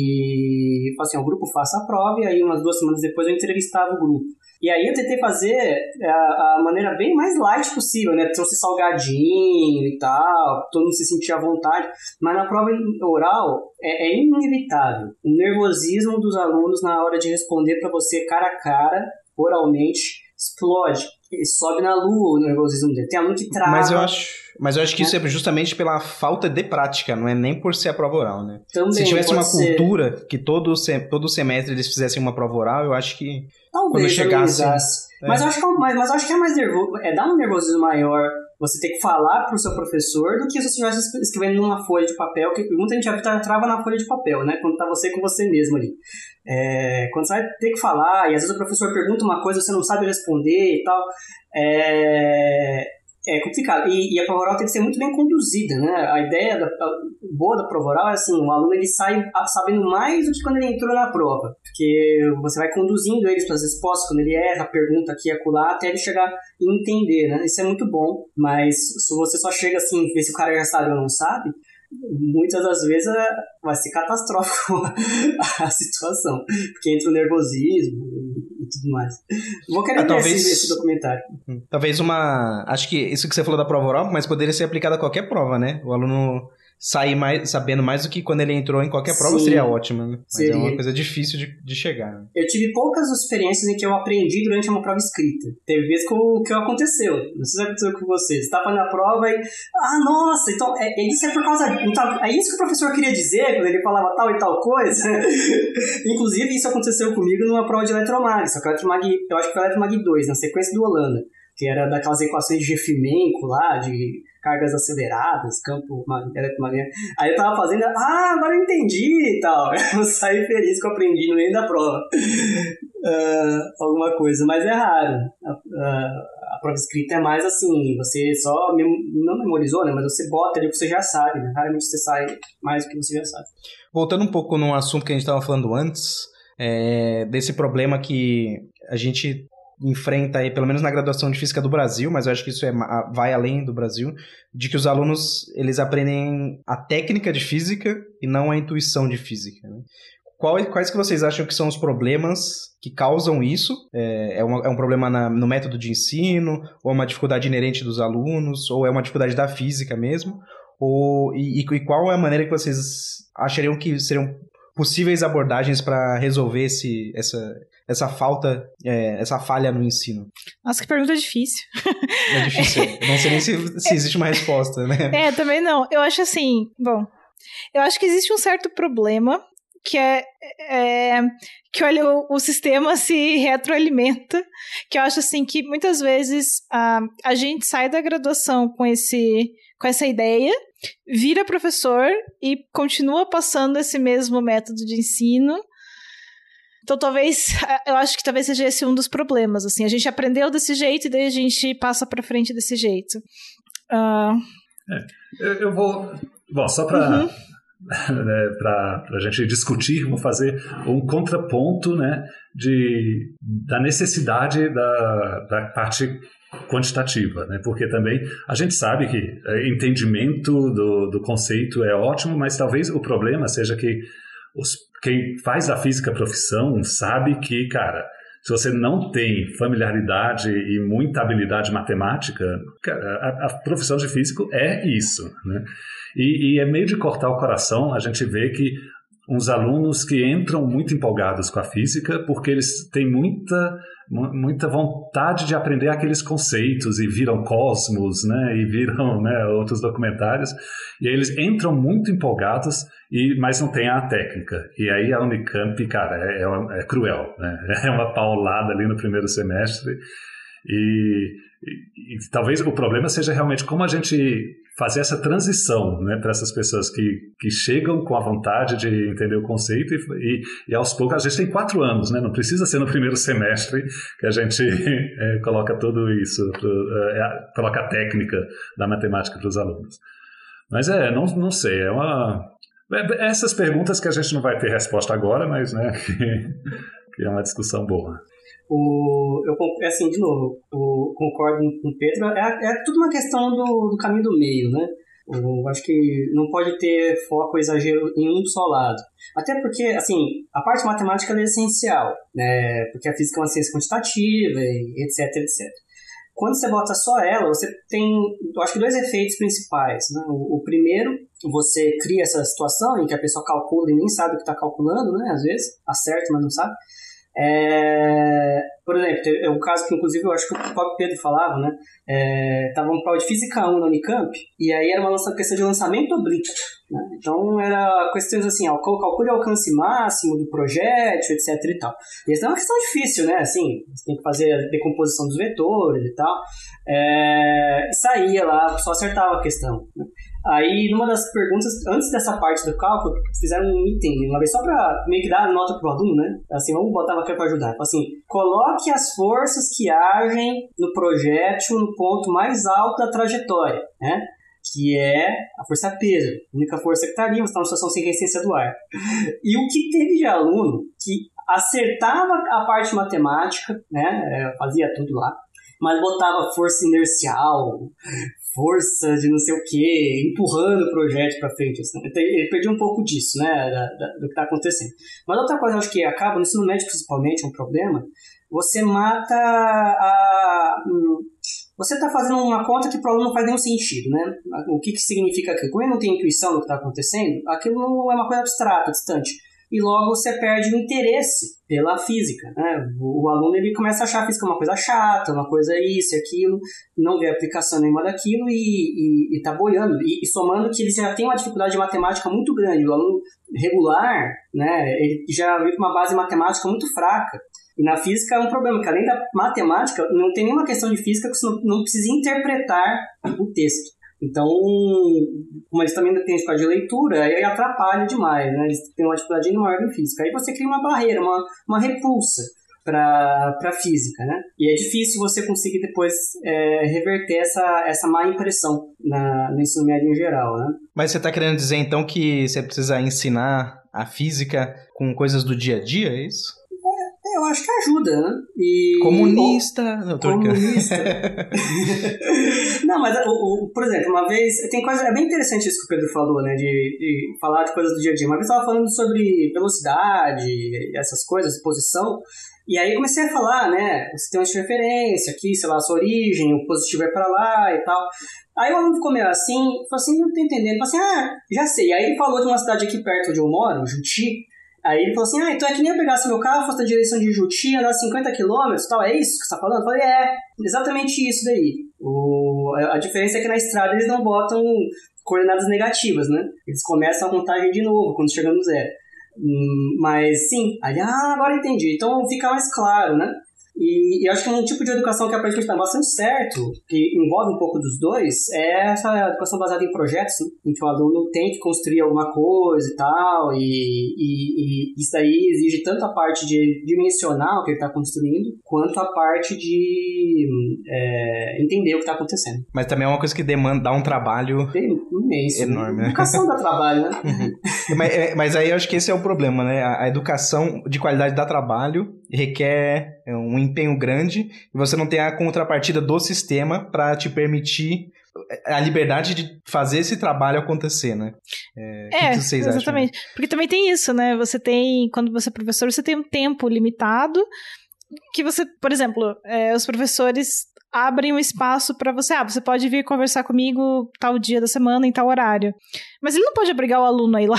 E, assim, o grupo faça a prova, e aí, umas duas semanas depois, eu entrevistava o grupo. E aí eu tentei fazer a, a maneira bem mais light possível, né? Trouxe salgadinho e tal, todo mundo se sentia à vontade. Mas na prova oral é, é inevitável o nervosismo dos alunos na hora de responder para você cara a cara, oralmente, explode. Ele sobe na lua o nervosismo dele. Tem aluno que trava. Mas eu acho, mas eu acho que né? Isso é justamente pela falta de prática, não é nem por ser a prova oral, né? Também, se tivesse uma ser... cultura que todo, todo semestre eles fizessem uma prova oral, eu acho que talvez quando chegasse... É. Mas, eu acho que é, mas, mas eu acho que é mais nervoso, é dar um nervosismo maior você ter que falar pro seu professor do que se você estivesse escrevendo numa folha de papel, que muita gente já trava na folha de papel, né? Quando tá você com você mesmo ali. É, quando você vai ter que falar, e às vezes o professor pergunta uma coisa e você não sabe responder e tal, é, é complicado. E, e a prova oral tem que ser muito bem conduzida, né? A ideia da, a, boa da prova oral é assim, o aluno ele sai sabendo mais do que quando ele entrou na prova, porque você vai conduzindo eles para as respostas, quando ele erra, pergunta aqui e acolá, até ele chegar e entender, né? Isso é muito bom, mas se você só chega assim, ver se o cara já sabe ou não sabe, muitas das vezes vai ser catastrófico a situação, porque entra o nervosismo e, e tudo mais. Vou querer ah, ver talvez, esse, esse documentário. Talvez uma... Acho que isso que você falou da prova oral, mas poderia ser aplicado a qualquer prova, né? O aluno sair mais, sabendo mais do que quando ele entrou em qualquer prova. Sim, seria ótimo, né? Mas seria. É uma coisa difícil de, de chegar. Né? Eu tive poucas experiências em que eu aprendi durante uma prova escrita. Teve vezes que, o, que aconteceu. Não sei se aconteceu com você. Você está fazendo a prova e... Ah, nossa! Então, é, isso é por causa... Então, é isso que o professor queria dizer quando ele falava tal e tal coisa. Inclusive, isso aconteceu comigo numa prova de eletromag. Só que eletromag... Eu acho que foi eletromag dois, na sequência do Holanda. que era daquelas equações de Gefimenko lá, de cargas aceleradas, campo eletromagnético. Aí eu tava fazendo, ah, agora eu entendi e tal. Eu saí feliz que eu aprendi no meio da prova. Uh, alguma coisa, mas é raro. A, a, a prova escrita é mais assim, você só, mem- não memorizou, né, mas você bota ali o que você já sabe, né? Raramente você sai mais do que você já sabe. Voltando um pouco no assunto que a gente estava falando antes, é, desse problema que a gente enfrenta aí, pelo menos na graduação de Física do Brasil, mas eu acho que isso é, vai além do Brasil, de que os alunos, eles aprendem a técnica de física e não a intuição de física, né? Quais, quais que vocês acham que são os problemas que causam isso? É, é, uma, é um problema na, no método de ensino, ou é uma dificuldade inerente dos alunos, ou é uma dificuldade da física mesmo? Ou, e, e qual é a maneira que vocês achariam que seriam possíveis abordagens para resolver esse, essa, essa falta, é, essa falha no ensino? Nossa, que pergunta difícil. É difícil. Eu não sei nem se, se existe uma resposta, né? É, também não. Eu acho assim, bom, eu acho que existe um certo problema que é, é que olha, o, o sistema se retroalimenta, que eu acho assim que muitas vezes a, a gente sai da graduação com, esse, com essa ideia, vira professor e continua passando esse mesmo método de ensino. Então talvez, eu acho que talvez seja esse um dos problemas, assim, a gente aprendeu desse jeito e daí a gente passa pra frente desse jeito. Uh... É, eu, eu vou, bom, só para uhum. né, para a gente discutir, vou fazer um contraponto, né, de, da necessidade da, da parte quantitativa, né, porque também a gente sabe que entendimento do, do conceito é ótimo, mas talvez o problema seja que os, quem faz a física profissão sabe que, cara, se você não tem familiaridade e muita habilidade matemática, a, a profissão de físico é isso, né? E, e é meio de cortar o coração a gente vê que uns alunos que entram muito empolgados com a física porque eles têm muita, muita vontade de aprender aqueles conceitos e viram Cosmos, né, e viram, né, outros documentários, e aí eles entram muito empolgados, e, mas não tem a técnica. E aí a Unicamp, cara, é, é, é cruel, né? É uma paulada ali no primeiro semestre. E, e, e talvez o problema seja realmente como a gente fazer essa transição, né, para essas pessoas que, que chegam com a vontade de entender o conceito e, e, e aos poucos, a gente tem quatro anos, né, não precisa ser no primeiro semestre que a gente é, coloca tudo isso, pro, é, coloca a técnica da matemática para os alunos. Mas é, não, não sei, é uma... É, essas perguntas que a gente não vai ter resposta agora, mas, né, que, que é uma discussão boa. O, eu, assim, de novo, eu concordo com o Pedro, é, é tudo uma questão do, do caminho do meio, né? Eu acho que não pode ter foco ou exagero em um só lado. Até porque, assim, a parte matemática é essencial, né? Porque a física é uma ciência quantitativa, e etc, etcétera. Quando você bota só ela, você tem, eu acho que dois efeitos principais, né? O, o primeiro, você cria essa situação em que a pessoa calcula e nem sabe o que está calculando, né? Às vezes, acerta, mas não sabe. É, por exemplo, é um caso que inclusive eu acho que o próprio Pedro falava, né? Estava é, um prova de Física um na Unicamp, e aí era uma questão de lançamento oblíquo, né? Então era questões assim, ó, calcule o alcance máximo do projétil, etc e tal. E isso é uma questão difícil, né? Assim, você tem que fazer a decomposição dos vetores e tal. É, saía lá, só acertava a questão, né? Aí, numa das perguntas, antes dessa parte do cálculo, fizeram um item, uma vez só pra meio que dar nota pro aluno, né? Assim, vamos botar uma coisa pra ajudar. Assim, coloque as forças que agem no projétil no ponto mais alto da trajetória, né? Que é a força peso, a única força que estaria, você está numa situação sem resistência do ar. E o que teve de aluno que acertava a parte matemática, né? Fazia tudo lá, mas botava força inercial, força de não sei o que, empurrando o projétil para frente. Assim. Ele perdeu um pouco disso, né, da, da, do que está acontecendo. Mas outra coisa, eu acho que acaba, no ensino médio principalmente, é um problema, você mata a... Você está fazendo uma conta que para o aluno não faz nenhum sentido, né? O que, que significa aquilo? Como ele não tem intuição do que está acontecendo, aquilo é uma coisa abstrata, distante. E logo você perde o interesse pela física, né? O, o aluno ele começa a achar a física uma coisa chata, uma coisa isso e aquilo, não vê aplicação nenhuma daquilo e está boiando. E, e somando que ele já tem uma dificuldade de matemática muito grande. O aluno regular, né, ele já vive uma base matemática muito fraca. E na física é um problema, que além da matemática, não tem nenhuma questão de física que você não, não precisa interpretar o texto. Então, como eles também têm dificuldade de leitura, aí atrapalha demais, né? Eles têm uma dificuldade enorme em física. Aí você cria uma barreira, uma, uma repulsa para a física, né? E é difícil você conseguir depois é, reverter essa, essa má impressão na, no ensino médio em geral, né? Mas você está querendo dizer, então, que você precisa ensinar a física com coisas do dia a dia, é isso? Eu acho que ajuda, né? E... Comunista! Não, tô Comunista. Não, mas, o, o, por exemplo, uma vez... Tem coisa, é bem interessante isso que o Pedro falou, né? De, de falar de coisas do dia a dia. Uma vez eu estava falando sobre velocidade, essas coisas, posição. E aí eu comecei a falar, né? Você tem uma referência aqui, sei lá, a sua origem, o positivo é pra lá e tal. Aí o aluno ficou meio assim, falou assim, não tô entendendo. Ele falou assim, ah, já sei. Aí ele falou de uma cidade aqui perto onde eu moro, Juti. Aí ele falou assim, ah, então é que nem eu pegasse meu carro, fosse na direção de Juti, andar cinquenta quilômetros e tal, é isso que você tá falando? Eu falei, é, exatamente isso daí. O, a diferença é que na estrada eles não botam coordenadas negativas, né? Eles começam a contagem de novo, quando chegam no zero. Hum, mas sim, aí, ah, agora entendi. Então fica mais claro, né? E, e acho que um tipo de educação que aparentemente está bastante certo, que envolve um pouco dos dois, é essa educação baseada em projetos, né? Em que o aluno tem que construir alguma coisa e tal, e, e, e isso daí exige tanto a parte de dimensionar o que ele está construindo, quanto a parte de é, entender o que está acontecendo. Mas também é uma coisa que demanda, dá um trabalho imenso, enorme, né? Educação dá trabalho, né? Uhum. mas, é, mas aí eu acho que esse é o problema, né? A, a educação de qualidade dá trabalho, requer um empenho grande, e você não tem a contrapartida do sistema para te permitir a liberdade de fazer esse trabalho acontecer, né? É, é que que vocês exatamente. acham? Porque também tem isso, né? Você tem, quando você é professor, você tem um tempo limitado, que você, por exemplo, é, os professores abrem um espaço para você, ah, você pode vir conversar comigo tal dia da semana, em tal horário. Mas ele não pode obrigar o aluno a ir lá.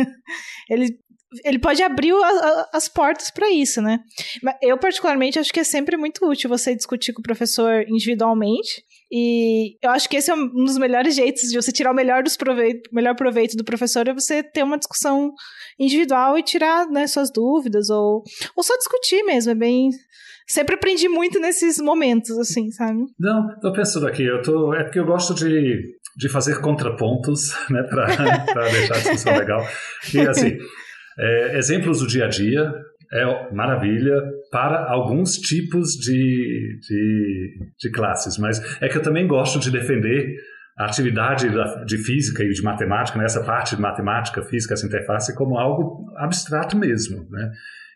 ele Ele pode abrir a, a, as portas para isso, né? Eu, particularmente, acho que é sempre muito útil você discutir com o professor individualmente. E eu acho que esse é um dos melhores jeitos de você tirar o melhor, dos proveito, melhor proveito do professor, é você ter uma discussão individual e tirar, né, suas dúvidas, ou, ou só discutir mesmo. É bem... Sempre aprendi muito nesses momentos, assim, sabe? Não, tô pensando aqui, eu tô... é porque eu gosto de, de fazer contrapontos, né, para deixar a discussão legal. E, assim... É, exemplos do dia a dia é maravilha para alguns tipos de, de, de classes, mas é que eu também gosto de defender a atividade de física e de matemática, né, essa parte de matemática, física, essa interface, como algo abstrato mesmo, né?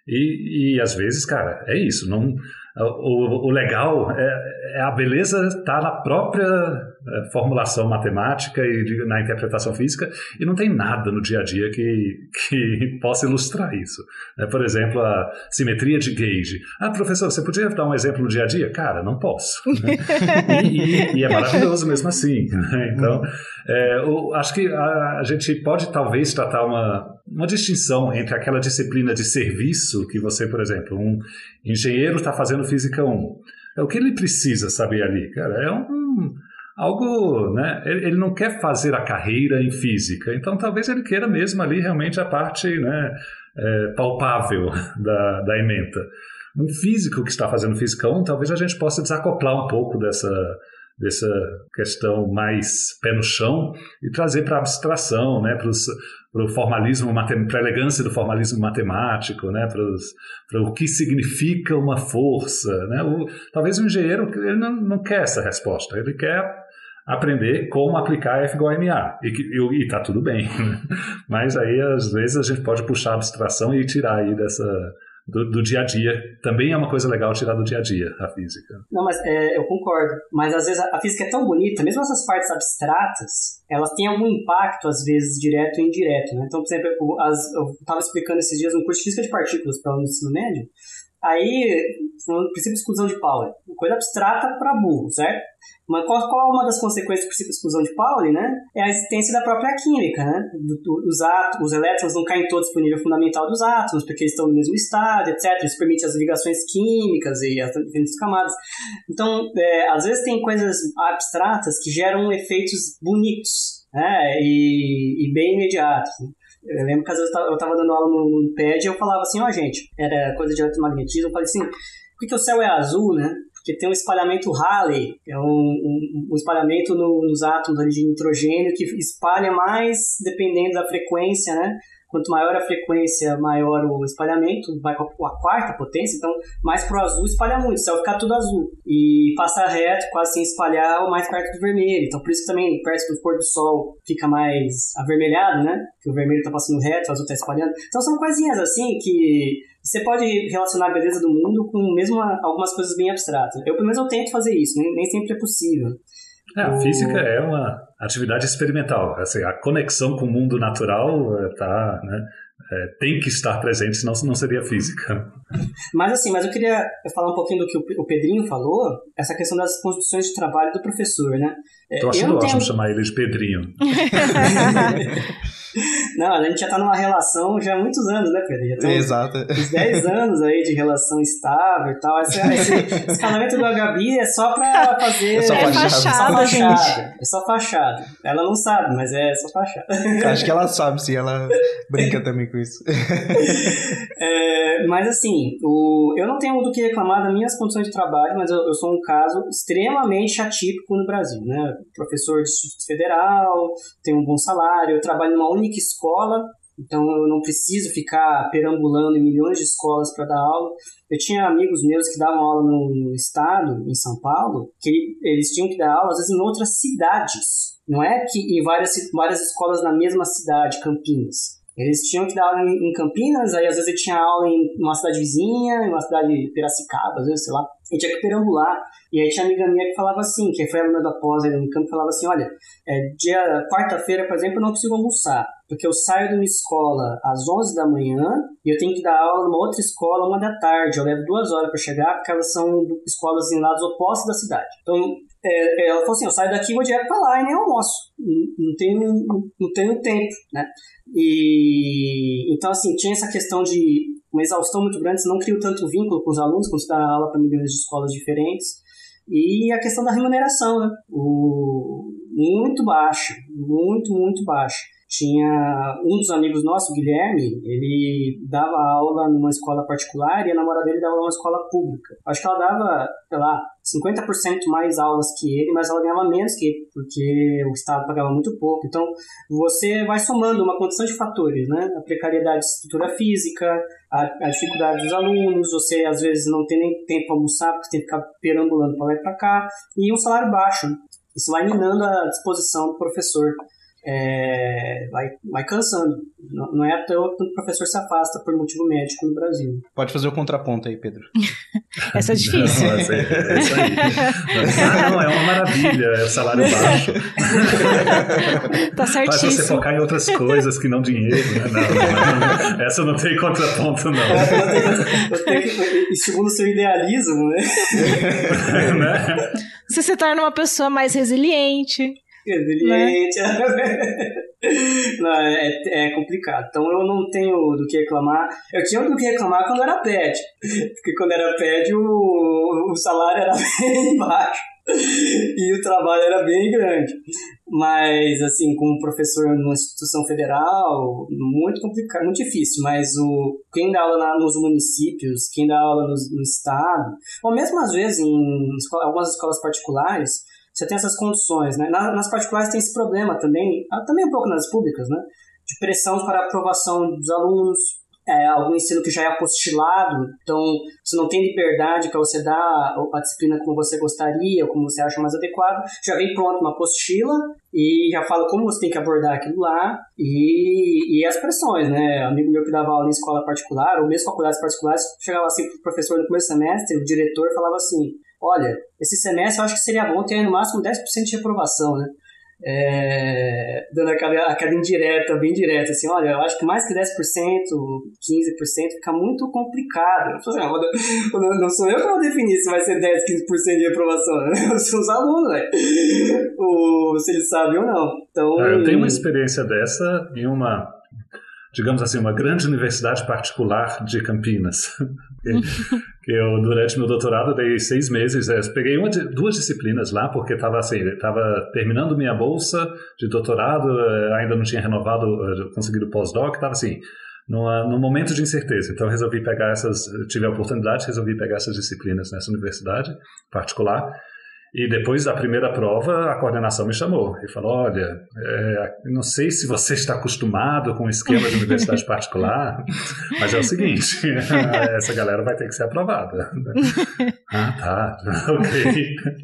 E, e às vezes, cara, é isso. Não, o, o legal é, é a beleza estar na própria é, formulação matemática e de, na interpretação física, e não tem nada no dia a dia que, que possa ilustrar isso. É, por exemplo, a simetria de gauge. Ah, professor, você podia dar um exemplo no dia a dia? Cara, não posso. Né? E, e, e é maravilhoso mesmo assim. Né? Então, é, o, acho que a, a gente pode talvez tratar uma, uma distinção entre aquela disciplina de serviço que você, por exemplo, um engenheiro está fazendo física um. É o que ele precisa saber ali, cara, é um, algo, né, ele, ele não quer fazer a carreira em física, então talvez ele queira mesmo ali realmente a parte, né, é, palpável da, da ementa. Um físico que está fazendo física um, talvez a gente possa desacoplar um pouco dessa, dessa questão mais pé no chão e trazer para a abstração, né, para o formalismo, para a elegância do formalismo matemático, né, para o que significa uma força. Né? O, talvez o engenheiro ele não, não quer essa resposta, ele quer aprender como aplicar F igual a M A, e está tudo bem. Né? Mas aí, às vezes, a gente pode puxar a abstração e tirar aí dessa... Do, do dia a dia. Também é uma coisa legal tirar do dia a dia a física. Não, mas é, eu concordo. Mas às vezes a, a física é tão bonita, mesmo essas partes abstratas, elas têm algum impacto, às vezes, direto e indireto. Né? Então, por exemplo, as, eu estava explicando esses dias um curso de física de partículas para o ensino médio. Aí, no princípio de exclusão de Pauli, coisa abstrata para burro, certo? Mas qual, qual é uma das consequências do princípio de exclusão de Pauli, né? É a existência da própria química, né? Do, do, os, átomos, os elétrons não caem todos para o nível fundamental dos átomos, porque eles estão no mesmo estado, etcétera. Isso permite as ligações químicas e as diferentes camadas. Então, é, às vezes tem coisas abstratas que geram efeitos bonitos, né? E, e bem imediatos, né? Eu lembro que às vezes eu estava dando aula no, no P E D e eu falava assim, ó oh, gente, era coisa de eletromagnetismo, eu falei assim, por que, que o céu é azul, né? Porque tem um espalhamento Rayleigh, é um, um, um espalhamento no, nos átomos ali de nitrogênio que espalha mais dependendo da frequência, né? Quanto maior a frequência, maior o espalhamento, vai com a quarta potência, então mais pro azul espalha muito, o céu fica tudo azul. E passa reto, quase sem espalhar, ou mais perto do vermelho. Então por isso que também perto do pôr do sol fica mais avermelhado, né? Que o vermelho tá passando reto, o azul tá espalhando. Então são coisinhas assim que você pode relacionar a beleza do mundo com mesmo algumas coisas bem abstratas. Eu pelo menos eu tento fazer isso, nem, nem sempre é possível. É, a física é uma atividade experimental. Assim, a conexão com o mundo natural tá, né, é, tem que estar presente, senão não seria física. Mas assim, mas eu queria falar um pouquinho do que o Pedrinho falou, essa questão das construções de trabalho do professor, né? Tô achando ótimo tenho... chamar ele de Pedrinho. Não, a gente já tá numa relação já há muitos anos, né, Pedro? Já tem Exato. Uns dez anos aí de relação estável e tal. Esse, esse, esse casamento da Gabi é só pra fazer... É só fachada, só fachada, gente. É só fachada. Ela não sabe, mas é só fachada. Acho que ela sabe, sim. Ela brinca também com isso. É, mas assim, o, eu não tenho do que reclamar das minhas condições de trabalho, mas eu, eu sou um caso extremamente atípico no Brasil, né? Professor de Instituto Federal, tenho um bom salário, eu trabalho numa única escola, então eu não preciso ficar perambulando em milhões de escolas para dar aula. Eu tinha amigos meus que davam aula no, no estado, em São Paulo, que eles tinham que dar aula, às vezes, em outras cidades. Não é que em várias, várias escolas na mesma cidade, Campinas. Eles tinham que dar aula em, em Campinas, aí às vezes ele tinha aula em uma cidade vizinha, em uma cidade de Piracicaba, às vezes, sei lá. E tinha que perambular. E aí tinha amiga minha que falava assim, que foi aluna da pós aí no campo, falava assim, olha, é, dia quarta-feira, por exemplo, eu não consigo almoçar, porque eu saio de uma escola às onze da manhã e eu tenho que dar aula numa outra escola uma da tarde. Eu levo duas horas para chegar, porque elas são escolas em lados opostos da cidade. Então, é, ela falou assim, eu saio daqui e vou direto para lá e nem almoço. Não, não, tenho, não, não tenho tempo, né? E então, assim, tinha essa questão de uma exaustão muito grande, você não cria tanto vínculo com os alunos quando você dá aula para milhões de escolas diferentes. E a questão da remuneração, né? O, muito baixa, muito, muito baixa. Tinha um dos amigos nossos, o Guilherme, ele dava aula numa escola particular e a namorada dele dava aula numa escola pública. Acho que ela dava, sei lá, cinquenta por cento mais aulas que ele, mas ela ganhava menos que ele, porque o Estado pagava muito pouco. Então, você vai somando uma condição de fatores, né? A precariedade de estrutura física, a, a dificuldade dos alunos, você às vezes não tem nem tempo para almoçar, porque tem que ficar perambulando para lá e para cá, e um salário baixo. Isso vai minando a disposição do professor. É, vai, vai cansando. Não, não é à toa que o professor se afasta por motivo médico no Brasil. Pode fazer o contraponto aí, Pedro. Essa é difícil. Não, essa é, é isso aí. Ah, não, é uma maravilha, é o salário baixo. Tá certíssimo. Faz você focar em outras coisas que não dinheiro. Né? Não, não, não, essa não tem contraponto, não. Eu tenho que, segundo o seu idealismo, né? né? Você se torna uma pessoa mais resiliente. Resiliente. Né? Não, é, é complicado. Então eu não tenho do que reclamar. Eu tinha do que reclamar quando era P E D. Porque quando era P E D o, o salário era bem baixo e o trabalho era bem grande. Mas, assim, como professor numa instituição federal, muito complicado, muito difícil. Mas o, quem dá aula na, nos municípios, quem dá aula no, no estado, ou mesmo às vezes em escola, algumas escolas particulares, você tem essas condições, né? Nas, nas particulares tem esse problema também, também um pouco nas públicas, né? De pressão para a aprovação dos alunos, é, algum ensino que já é apostilado, então você não tem liberdade para você dar a disciplina como você gostaria, ou como você acha mais adequado, já vem pronto uma apostila e já fala como você tem que abordar aquilo lá, e, e as pressões, né? Amigo meu que dava aula em escola particular, ou mesmo faculdades particulares, chegava assim pro professor no primeiro semestre, o diretor falava assim, olha, esse semestre eu acho que seria bom ter no máximo dez por cento de reprovação, né? É, dando aquela, aquela indireta, bem direta, assim, olha, eu acho que mais que dez por cento, quinze por cento fica muito complicado. Eu falei, não, não sou eu que vou definir se vai ser dez, quinze por cento de reprovação, né? São os alunos, né? Ou se eles sabem ou não. Então, eu tenho uma experiência dessa em uma digamos assim, uma grande universidade particular de Campinas. que eu, durante meu doutorado, dei seis meses, eu peguei uma, duas disciplinas lá, porque estava assim, estava terminando minha bolsa de doutorado, ainda não tinha renovado, conseguido pós-doc, estava assim, numa, num momento de incerteza. Então eu resolvi pegar essas, tive a oportunidade, resolvi pegar essas disciplinas nessa universidade particular. E depois da primeira prova, a coordenação me chamou e falou, olha, é, não sei se você está acostumado com o esquema de universidade particular, mas é o seguinte, essa galera vai ter que ser aprovada. Ah, tá, ok.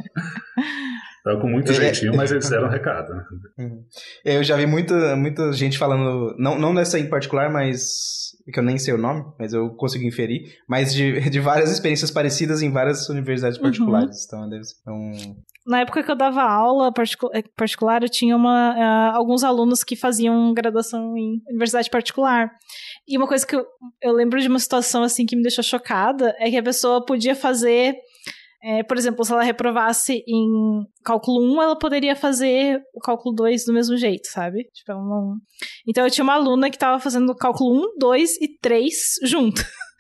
Então, com muito jeitinho, mas eles deram um recado. Eu já vi muita, muita gente falando, não, não nessa em particular, mas que eu nem sei o nome, mas eu consigo inferir, mas de, de várias experiências parecidas em várias universidades particulares. Uhum. Então, deve ser um... Na época que eu dava aula particular, eu tinha uma, uh, alguns alunos que faziam graduação em universidade particular. E uma coisa que eu, eu lembro de uma situação assim que me deixou chocada é que a pessoa podia fazer... É, por exemplo, se ela reprovasse em cálculo um, ela poderia fazer o cálculo dois do mesmo jeito, sabe? Tipo, ela não... Então, eu tinha uma aluna que estava fazendo cálculo um, dois e três junto.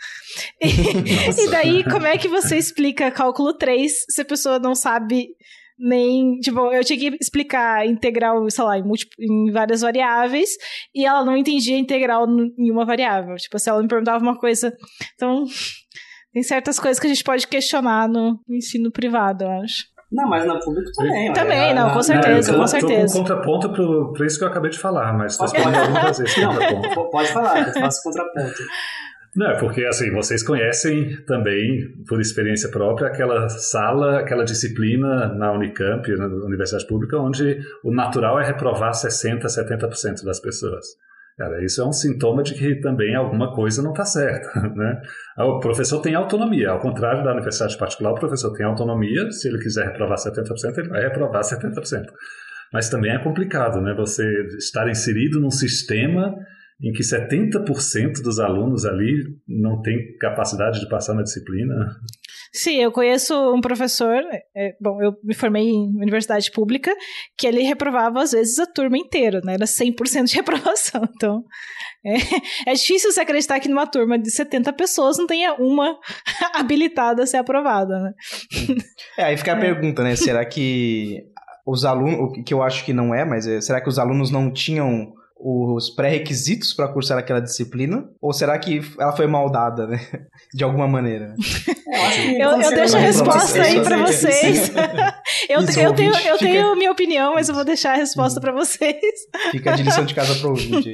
E, e daí, como é que você explica cálculo três se a pessoa não sabe nem... Tipo, eu tinha que explicar integral, sei lá, em, múltiplo, em várias variáveis, e ela não entendia integral em uma variável. Tipo, se ela me perguntava uma coisa... Então... Tem certas coisas que a gente pode questionar no ensino privado, eu acho. Não, mas na pública também. Também, é, não, com certeza, é, eu tô, com certeza. Tô com contraponto para isso que eu acabei de falar, mas pode, vocês podem fazer esse contraponto. Não, pode falar, eu faço contraponto. Não, é porque assim, vocês conhecem também, por experiência própria, aquela sala, aquela disciplina na Unicamp, na Universidade Pública, onde o natural é reprovar sessenta por cento, setenta por cento das pessoas. Cara, isso é um sintoma de que também alguma coisa não está certa, né? O professor tem autonomia, ao contrário da universidade particular, o professor tem autonomia, se ele quiser reprovar setenta por cento, ele vai reprovar setenta por cento. Mas também é complicado, né? Você estar inserido num sistema em que setenta por cento dos alunos ali não tem capacidade de passar na disciplina. Sim, eu conheço um professor, é, bom, eu me formei em universidade pública, que ele reprovava às vezes a turma inteira, né, era cem por cento de reprovação, então é, é difícil você acreditar que numa turma de setenta pessoas não tenha uma habilitada a ser aprovada, né. É, aí fica a é. pergunta, né, será que os alunos, o que eu acho que não é, mas é, será que os alunos não tinham os pré-requisitos para cursar aquela disciplina? Ou será que ela foi mal dada, né? De alguma maneira? Eu, eu, eu deixo a resposta aí para vocês. eu, eu, tenho, eu tenho fica... minha opinião, mas eu vou deixar a resposta para vocês. Fica de lição de casa para o ouvinte.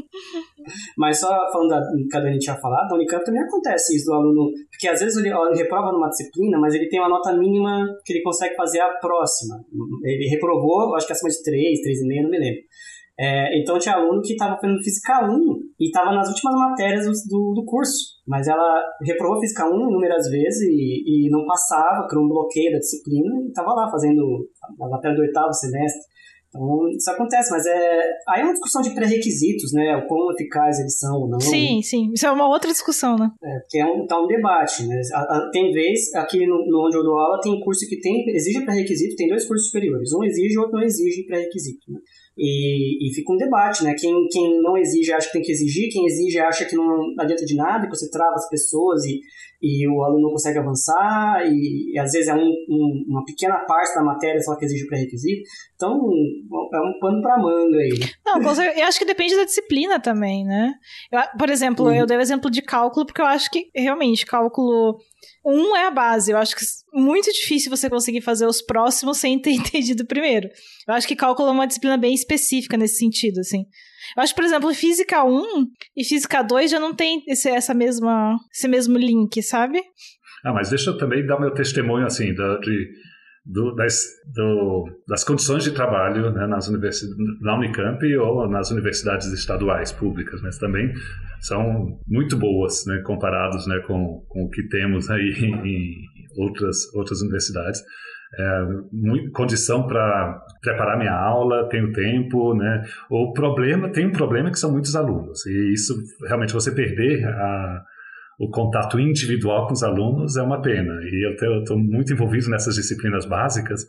Mas só falando da que a Dani tinha falado, na Unicamp também acontece isso do aluno, porque às vezes ele, ele reprova numa disciplina, mas ele tem uma nota mínima que ele consegue fazer a próxima. Ele reprovou, acho que acima de três, três vírgula cinco, não me lembro. É, então tinha aluno que estava fazendo Física um e estava nas últimas matérias do, do, do curso, mas ela reprovou Física um inúmeras vezes e, e não passava, criou um bloqueio da disciplina e estava lá fazendo a matéria do oitavo semestre. Então isso acontece, mas é, aí é uma discussão de pré-requisitos, né, o quão eficaz eles são ou não. Sim, sim, isso é uma outra discussão, né? É, porque é um, tá um debate, né, tem vez, aqui no, no onde eu dou aula, tem curso que tem, exige pré-requisito, tem dois cursos superiores, um exige e o outro não exige pré-requisito, né. E, e fica um debate, né? Quem, quem não exige acha que tem que exigir, quem exige acha que não adianta de nada, que você trava as pessoas e, e o aluno não consegue avançar, e, e às vezes é um, um, uma pequena parte da matéria só que exige o pré-requisito. Então, é um pano pra manga aí. Não, eu acho que depende da disciplina também, né? Eu, por exemplo, uhum. eu dei o exemplo de cálculo, porque eu acho que realmente cálculo um é a base. Eu acho que é muito difícil você conseguir fazer os próximos sem ter entendido o primeiro. Eu acho que cálculo é uma disciplina bem específica nesse sentido, assim. Eu acho que, por exemplo, Física um e Física dois já não tem esse, essa mesma, esse mesmo link, sabe? Ah, mas deixa eu também dar meu testemunho, assim, da, de, do, das, do, das condições de trabalho, né, nas universidades, na Unicamp ou nas universidades estaduais públicas, mas também são muito boas, né, comparados, né, com, com o que temos aí em outras, outras universidades. É, muito, condição para preparar minha aula, tenho tempo, né? O problema, tem um problema que são muitos alunos, e isso, realmente, você perder a, o contato individual com os alunos é uma pena, e eu estou muito envolvido nessas disciplinas básicas,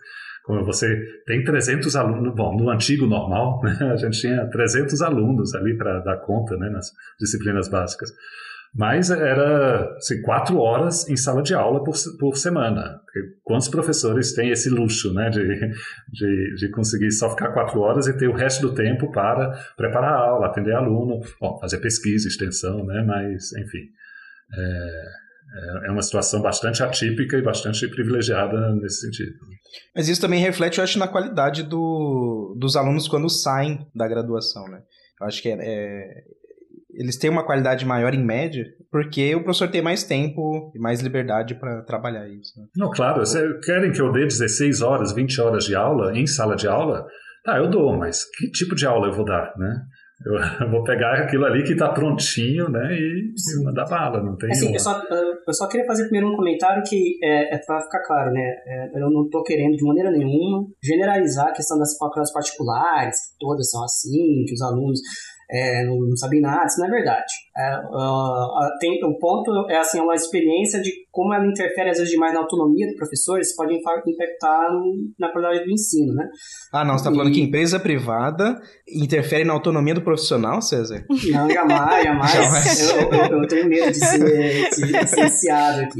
Como você tem trezentos alunos, bom, no antigo normal, né, a gente tinha trezentos alunos ali para dar conta, né, nas disciplinas básicas. Mas era assim, quatro horas em sala de aula por, por semana. Quantos professores têm esse luxo, né, de, de, de conseguir só ficar quatro horas e ter o resto do tempo para preparar a aula, atender aluno, bom, fazer pesquisa, extensão, né, mas, enfim, é, é uma situação bastante atípica e bastante privilegiada nesse sentido. Mas isso também reflete, eu acho, na qualidade do, dos alunos quando saem da graduação, né? Eu acho que é... é... eles têm uma qualidade maior em média, porque o professor tem mais tempo e mais liberdade para trabalhar isso. Né? Não, claro. Vocês querem que eu dê dezesseis horas, vinte horas de aula em sala de aula? Tá, eu dou, mas que tipo de aula eu vou dar, né? Eu vou pegar aquilo ali que está prontinho, né, e, e mandar bala, não tem assim, uma... eu, só, eu só queria fazer primeiro um comentário que é, é para ficar claro, né, é, eu não estou querendo de maneira nenhuma generalizar a questão das faculdades particulares, que todas são assim, que os alunos É, não, não sabem nada, isso não é verdade. É, uh, tem, o ponto é assim, uma experiência de como ela interfere às vezes demais na autonomia do professor, isso pode impactar na qualidade do ensino, né? Ah, não, você está falando que empresa privada interfere na autonomia do profissional, César? Não, jamais, jamais. jamais. Eu, eu, eu tenho medo de ser, de ser licenciado aqui.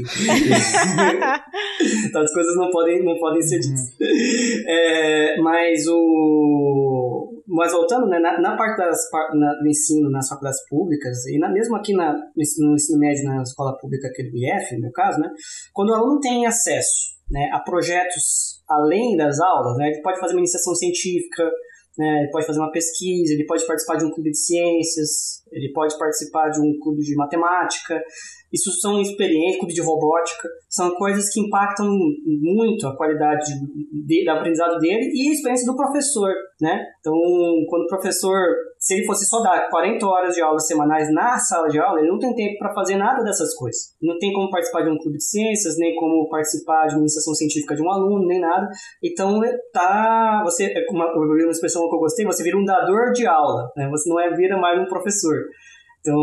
Então as coisas não podem, não podem ser ditas. É, mas o... Mas voltando, né, na, na parte das, na, do ensino nas faculdades públicas, e na, mesmo aqui na, no, ensino, no ensino médio na escola pública aqui do I F, no meu caso, né, quando o aluno tem acesso, né, a projetos além das aulas, né, ele pode fazer uma iniciação científica, né, ele pode fazer uma pesquisa, ele pode participar de um clube de ciências, ele pode participar de um clube de matemática. Isso são experiências, clube de robótica, são coisas que impactam muito a qualidade de, do aprendizado dele e a experiência do professor, né? Então, quando o professor, se ele fosse só dar quarenta horas de aulas semanais na sala de aula, ele não tem tempo para fazer nada dessas coisas. Não tem como participar de um clube de ciências, nem como participar de uma iniciação científica de um aluno, nem nada. Então, tá, você, uma, uma expressão que eu gostei, você vira um dador de aula, né? Você não é, vira mais um professor. Então,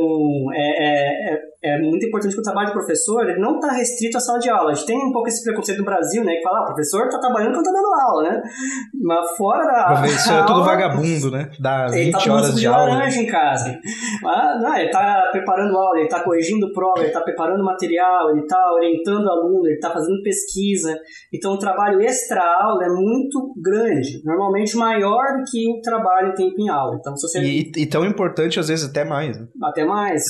é, é, é muito importante que o trabalho do professor ele não está restrito à sala de aula. A gente tem um pouco esse preconceito no Brasil, né? Que fala, ah, o professor está trabalhando quando está dando aula, né? Mas fora da aula... O professor é tudo vagabundo, né? Dá vinte horas de aula. Ele está com laranja em casa. Ah, não, ele está preparando aula, ele está corrigindo prova, ele está preparando material, ele está orientando o aluno, ele está fazendo pesquisa. Então, o trabalho extra-aula é muito grande. Normalmente maior do que o trabalho em tempo em aula. Então, se você... e, e tão importante, às vezes, até mais. Né? Até mais.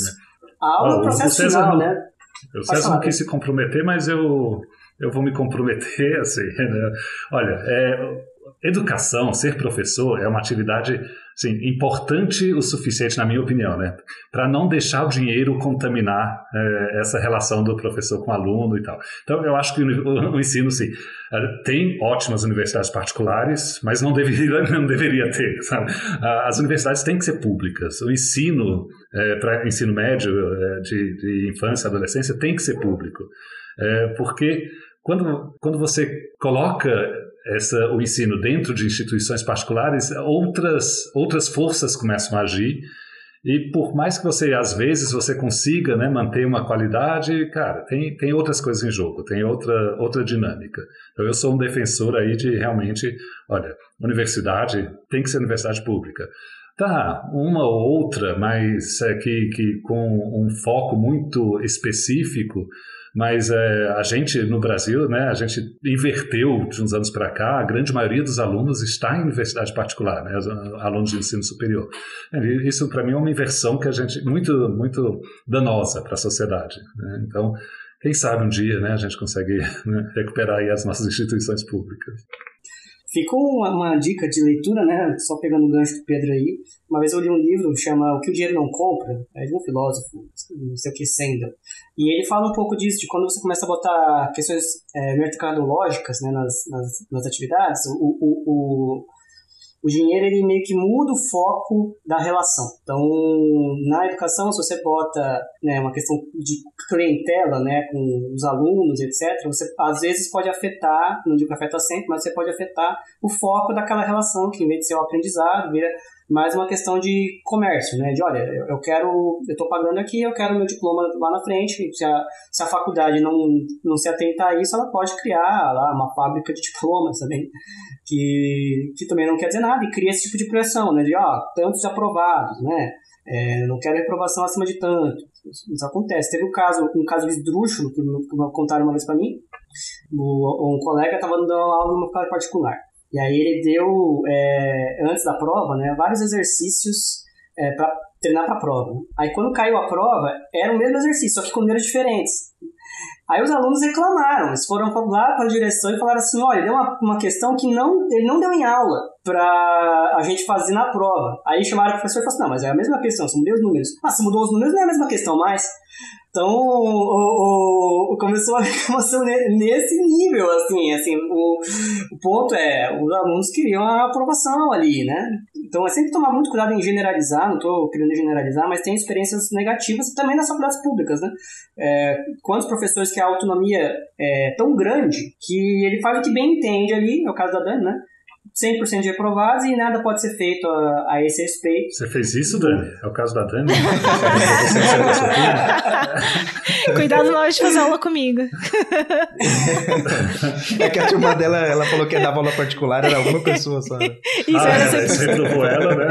A aula é um processo final, não, né? O César não quis se comprometer, mas eu, eu vou me comprometer, assim, né? Olha, é, educação, ser professor é uma atividade assim, importante o suficiente, na minha opinião, né? Para não deixar o dinheiro contaminar é, essa relação do professor com o aluno e tal. Então, eu acho que o, o ensino, sim, tem ótimas universidades particulares, mas não deveria, não deveria ter, sabe? As universidades têm que ser públicas. O ensino, é, para ensino médio, é, de, de infância e adolescência, tem que ser público. É, porque quando, quando você coloca essa, o ensino dentro de instituições particulares, outras, outras forças começam a agir. E por mais que você, às vezes, você consiga, né, manter uma qualidade, cara, tem, tem outras coisas em jogo, tem outra, outra dinâmica. Então, eu sou um defensor aí de realmente, olha, universidade tem que ser universidade pública. Tá, uma ou outra, mas é, que, que com um foco muito específico, mas é, a gente, no Brasil, né, a gente inverteu de uns anos para cá, a grande maioria dos alunos está em universidade particular, né, alunos de ensino superior. Isso, para mim, é uma inversão que a gente, muito, muito danosa para a sociedade. Né? Então, quem sabe um dia, né, a gente consegue, né, recuperar aí as nossas instituições públicas. Ficou uma, uma dica de leitura, né? Só pegando o gancho do Pedro aí. Uma vez eu li um livro que chama O que o Dinheiro Não Compra, é de um filósofo, não sei o que, Sandel. E ele fala um pouco disso, de quando você começa a botar questões é, mercadológicas, né, nas, nas, nas atividades, o, o, o, o dinheiro ele meio que muda o foco da relação. Então, na educação, se você bota, né, uma questão de clientela, né, com os alunos, etcétera, você às vezes pode afetar, não digo que afeta sempre, mas você pode afetar o foco daquela relação, que em vez de ser o aprendizado, vira mais uma questão de comércio, né? De, olha, eu quero, eu tô pagando aqui, eu quero meu diploma lá na frente, se a, se a faculdade não, não se atentar a isso, ela pode criar lá uma fábrica de diplomas também, que, que também não quer dizer nada, e cria esse tipo de pressão, né? De, ó, tantos aprovados, né? É, não quero reprovação acima de tanto. Isso acontece. Teve um caso, um caso esdrúxulo, que me contaram uma vez pra mim, um colega estava dando aula numa faculdade particular. E aí ele deu, é, antes da prova, né, vários exercícios é, para treinar para a prova. Aí quando caiu a prova, era o mesmo exercício, só que com números diferentes. Aí os alunos reclamaram, eles foram lá para a direção e falaram assim, olha, deu uma, uma questão que não, ele não deu em aula para a gente fazer na prova. Aí chamaram o professor e falaram assim, não, mas é a mesma questão, só mudei os números. Ah, se mudou os números, não é a mesma questão mais. Então, o, o, começou a reclamação nesse nível, assim, assim o, o ponto é, os alunos queriam a aprovação ali, né? Então, é sempre tomar muito cuidado em generalizar, não estou querendo generalizar, mas tem experiências negativas também nas faculdades públicas, né? É, quantos professores que a autonomia é tão grande que ele faz o que bem entende ali, é o caso da Dani, né? cem por cento de reprovados e nada pode ser feito a, a esse respeito. Você fez isso, Dani? É o caso da Dani? Cuidado na hora de fazer aula comigo. É que a turma dela, ela falou que dava aula particular, era alguma pessoa só. Isso ah, era é, você reprovou ela, né?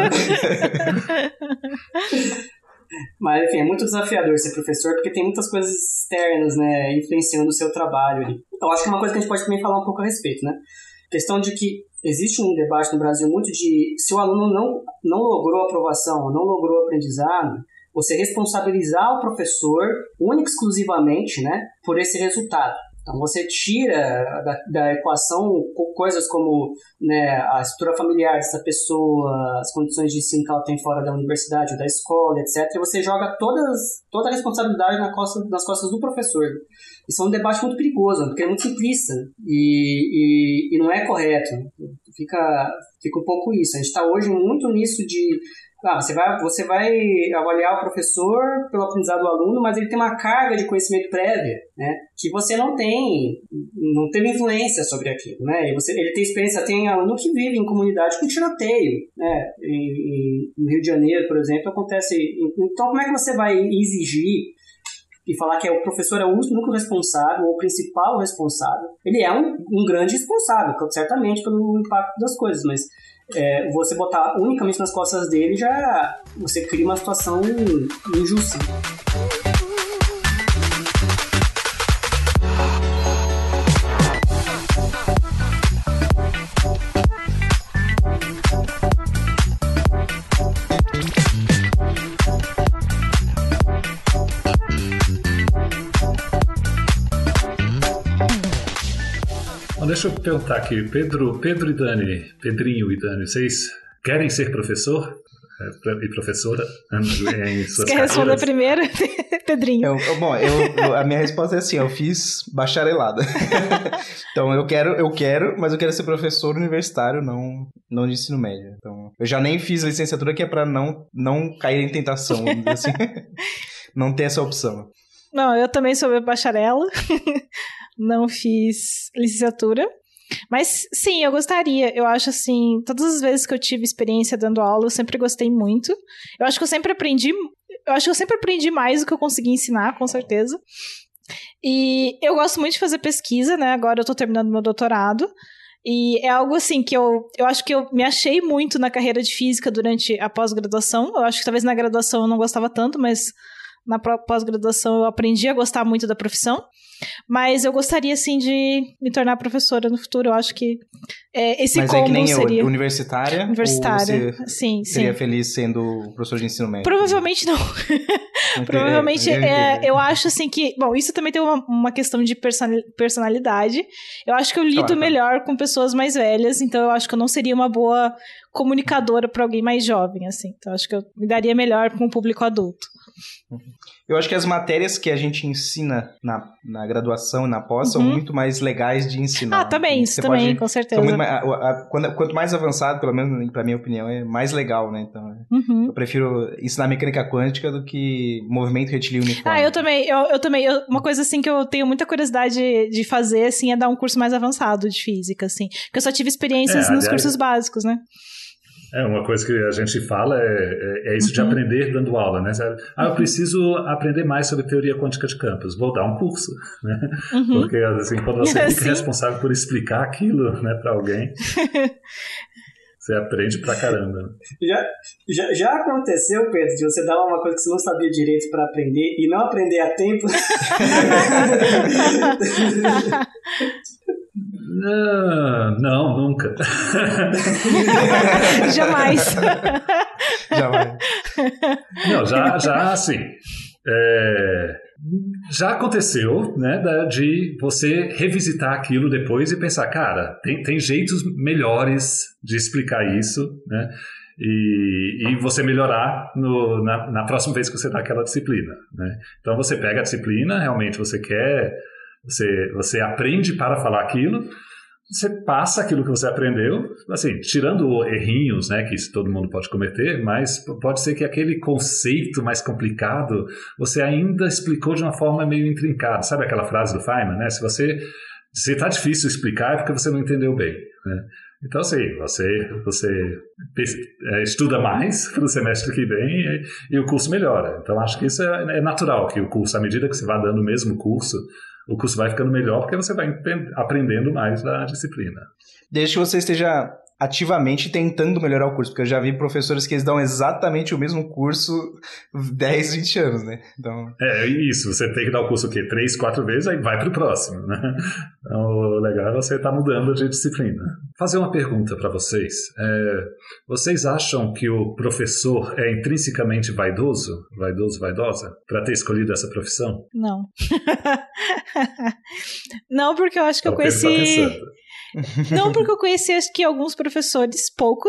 Mas, enfim, é muito desafiador ser professor, porque tem muitas coisas externas, né, influenciando o seu trabalho ali. Eu acho que é uma coisa que a gente pode também falar um pouco a respeito, né? Questão de que existe um debate no Brasil muito de se o aluno não, não logrou aprovação, não logrou aprendizado, você responsabilizar o professor única e exclusivamente, né, por esse resultado. Então você tira da, da equação coisas como, né, a estrutura familiar dessa pessoa, as condições de ensino que ela tem fora da universidade ou da escola, etcétera. E você joga todas, toda a responsabilidade na costa, nas costas do professor. Isso é um debate muito perigoso, porque é muito simplista e, e, e não é correto. Fica, fica um pouco isso. A gente está hoje muito nisso de... Ah, você vai, você vai avaliar o professor pelo aprendizado do aluno, mas ele tem uma carga de conhecimento prévia, né, que você não tem, não teve influência sobre aquilo, né, e você, ele tem experiência, tem aluno que vive em comunidade com tiroteio, né, em, em, no Rio de Janeiro, por exemplo, acontece, então como é que você vai exigir e falar que é o professor é o único responsável, ou o principal responsável? Ele é um, um grande responsável, certamente pelo impacto das coisas, mas É, você botar unicamente nas costas dele, já você cria uma situação injusta. Deixa eu perguntar aqui, Pedro, Pedro e Dani, Pedrinho e Dani, vocês querem ser professor e professora em suas Você quer responder primeiro, Pedrinho? Eu, eu, bom, eu, a minha resposta é assim, eu fiz bacharelado. Então eu quero, eu quero, mas eu quero ser professor universitário, não, não de ensino médio. Então eu já nem fiz licenciatura, que é para não, não cair em tentação, vamos dizer assim. Não ter essa opção. Não, eu também sou bacharela. Não fiz licenciatura, mas sim, eu gostaria, eu acho assim, todas as vezes que eu tive experiência dando aula, eu sempre gostei muito, eu acho que eu sempre aprendi, eu acho que eu sempre aprendi mais do que eu consegui ensinar, com certeza, e eu gosto muito de fazer pesquisa, né, agora eu tô terminando meu doutorado, e é algo assim que eu, eu acho que eu me achei muito na carreira de física durante a pós-graduação, eu acho que talvez na graduação eu não gostava tanto, mas na pós-graduação eu aprendi a gostar muito da profissão. Mas eu gostaria, assim, de me tornar professora no futuro. Eu acho que é, esse Mas combo é que nem seria... eu, universitária? Universitária, ou você sim, seria sim. feliz sendo professor de ensino médio? Provavelmente não. Provavelmente, é, eu acho, assim, que... Bom, isso também tem uma, uma questão de personalidade. Eu acho que eu lido claro, melhor com pessoas mais velhas, então eu acho que eu não seria uma boa comunicadora para alguém mais jovem, assim. Então eu acho que eu me daria melhor com o público adulto. Eu acho que as matérias que a gente ensina na, na graduação e na pós uhum. são muito mais legais de ensinar. Ah, também, isso também, pode, com certeza. Muito mais, a, a, quando, quanto mais avançado, pelo menos pra minha opinião, é mais legal, né? Então, uhum. eu prefiro ensinar mecânica quântica do que movimento retilíneo uniforme. Ah, eu também. Eu, eu também eu, uma coisa, assim, que eu tenho muita curiosidade de fazer, assim, é dar um curso mais avançado de física, assim. Porque eu só tive experiências é, nos aliás, cursos básicos, né? É, uma coisa que a gente fala é, é, é isso uhum. de aprender dando aula, né? Ah, eu preciso aprender mais sobre teoria quântica de campos. Vou dar um curso, né? Uhum. Porque, assim, quando você fica Sim. responsável por explicar aquilo, né, para alguém, você aprende pra caramba. Já, já, já aconteceu, Pedro, de você dar uma coisa que você não sabia direito pra aprender e não aprender a tempo? Não, não, nunca. Jamais. Jamais. Não, já, já assim, é, já aconteceu, né, de você revisitar aquilo depois e pensar, cara, tem, tem jeitos melhores de explicar isso, né, e, e você melhorar no, na, na próxima vez que você dá aquela disciplina, né. Então você pega a disciplina, realmente você quer, você, você aprende para falar aquilo, você passa aquilo que você aprendeu, assim, tirando errinhos, né, que todo mundo pode cometer, mas pode ser que aquele conceito mais complicado você ainda explicou de uma forma meio intrincada. Sabe aquela frase do Feynman, né? Se você se está difícil explicar é porque você não entendeu bem, né? Então, assim, você, você é, estuda mais para o semestre que vem e, e o curso melhora. Então, acho que isso é, é natural, que o curso, à medida que você vai dando o mesmo curso, o curso vai ficando melhor porque você vai aprendendo mais da disciplina. Desde que você esteja ativamente tentando melhorar o curso, porque eu já vi professores que eles dão exatamente o mesmo curso dez, vinte anos, né? Então... É isso, você tem que dar o curso o quê? Três, quatro vezes, aí vai para o próximo, né? Então, o legal é você estar mudando de disciplina. Fazer uma pergunta para vocês. É, vocês acham que o professor é intrinsecamente vaidoso, vaidoso, vaidosa, para ter escolhido essa profissão? Não. Não, porque eu acho que eu, eu conheci... Não, porque eu conheci acho que alguns professores, poucos,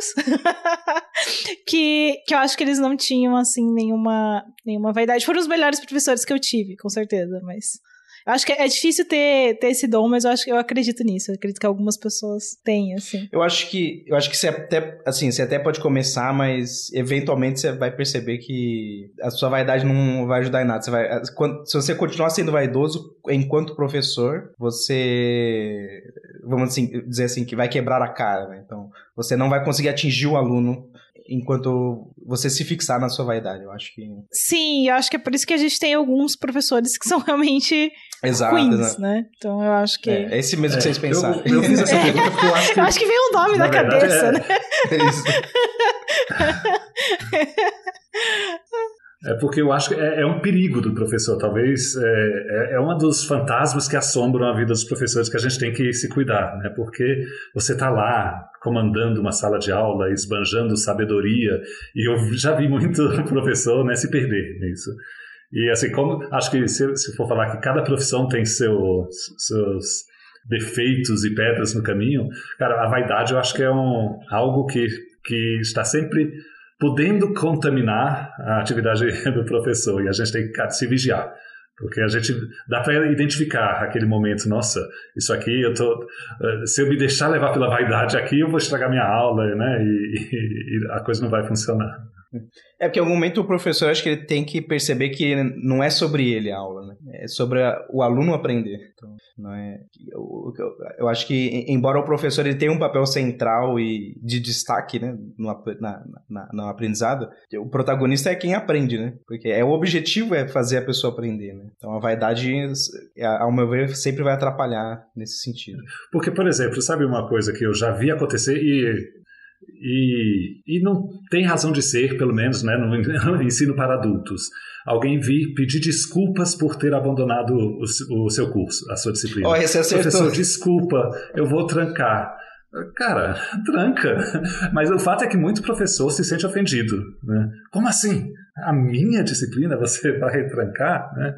que, que eu acho que eles não tinham, assim, nenhuma, nenhuma vaidade. Foram os melhores professores que eu tive, com certeza, mas... Eu acho que é difícil ter, ter esse dom, mas eu acho que eu acredito nisso. Eu acredito que algumas pessoas têm, assim. Eu acho que, eu acho que você até, assim, você até pode começar, mas eventualmente você vai perceber que a sua vaidade não vai ajudar em nada. Você vai, quando, se você continuar sendo vaidoso enquanto professor, você, vamos assim, dizer assim, que vai quebrar a cara, né? Então, você não vai conseguir atingir o aluno enquanto você se fixar na sua vaidade, eu acho que... Sim, eu acho que é por isso que a gente tem alguns professores que são realmente exato, queens, exato. Né? Então eu acho que... É, é esse mesmo é, que vocês pensaram. Eu, eu fiz essa pergunta porque eu acho que... Eu acho que veio um nome na, na verdade, cabeça, é... né? É isso. É porque eu acho que é, é um perigo do professor, talvez é, é um dos fantasmas que assombram a vida dos professores que a gente tem que se cuidar, né? Porque você está lá comandando uma sala de aula, esbanjando sabedoria, e eu já vi muito professor, né, se perder nisso. E assim, como acho que se, se for falar que cada profissão tem seus, seus defeitos e pedras no caminho, cara, a vaidade eu acho que é um, algo que, que está sempre... podendo contaminar a atividade do professor, e a gente tem que se vigiar, porque a gente dá para identificar aquele momento, nossa, isso aqui eu tô, se eu me deixar levar pela vaidade aqui, eu vou estragar minha aula, né, e, e, e a coisa não vai funcionar. É porque em algum momento o professor, acho que ele tem que perceber que não é sobre ele a aula, né? É sobre a, o aluno aprender. Então, não é, eu, eu, eu acho que, embora o professor ele tenha um papel central e de destaque, né, no, na, na, no aprendizado, o protagonista é quem aprende, né? Porque é, o objetivo é fazer a pessoa aprender, né? Então a vaidade, ao meu ver, sempre vai atrapalhar nesse sentido. Porque, por exemplo, sabe uma coisa que eu já vi acontecer e... E, e não tem razão de ser, pelo menos, né, no, no ensino para adultos. Alguém vir pedir desculpas por ter abandonado o, o seu curso, a sua disciplina. Oh, esse acertou. Professor, desculpa, eu vou trancar. Cara, tranca. Mas o fato é que muito professor se sente ofendido, né? Como assim? A minha disciplina você vai trancar? Né?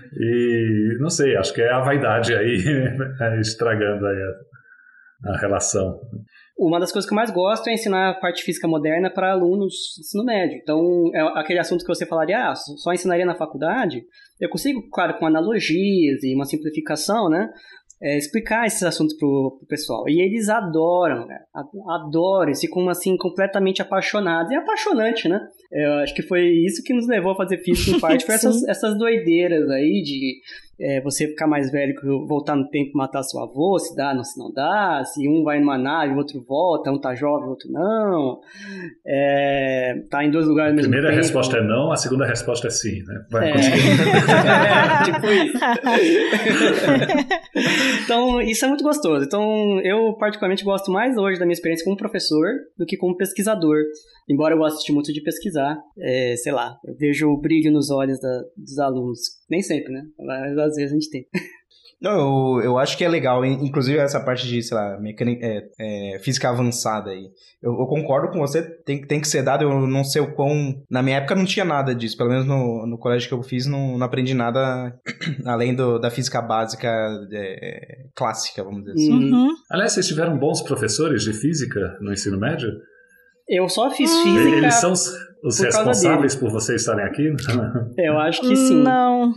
E não sei, acho que é a vaidade aí estragando aí a, a relação. Uma das coisas que eu mais gosto é ensinar a parte física moderna para alunos do ensino médio. Então, é aquele assunto que você falaria, ah, só ensinaria na faculdade. Eu consigo, claro, com analogias e uma simplificação, né, é, explicar esses assuntos pro, pro pessoal. E eles adoram, né, adoram, ficam, assim, completamente apaixonados. E é apaixonante, né? Eu acho que foi isso que nos levou a fazer física em parte, foi essas, essas doideiras aí de... é, você ficar mais velho, voltar no tempo e matar seu avô, se dá, não, se não dá, se um vai numa nave, o outro volta, um tá jovem, o outro não, é, tá em dois lugares ao mesmo tempo. A primeira resposta é não, a segunda resposta é sim, né? Vai, é. continuar. Tipo isso. Então, isso é muito gostoso. Então, eu particularmente gosto mais hoje da minha experiência como professor do que como pesquisador. Embora eu goste muito de pesquisar, é, sei lá, eu vejo o brilho nos olhos da, dos alunos. Nem sempre, né? Mas às vezes a gente tem. Não, eu, eu acho que é legal, inclusive essa parte de, sei lá, mecânica, é, é, física avançada aí. Eu, eu concordo com você, tem, tem que ser dado, eu não sei o quão... Na minha época não tinha nada disso, pelo menos no, no colégio que eu fiz não, não aprendi nada além do, da física básica é, clássica, vamos dizer assim. Uhum. Aliás, vocês tiveram bons professores de física no ensino médio? Eu só fiz física. Eles são os, os por responsáveis por vocês estarem aqui? Eu acho que sim. Não.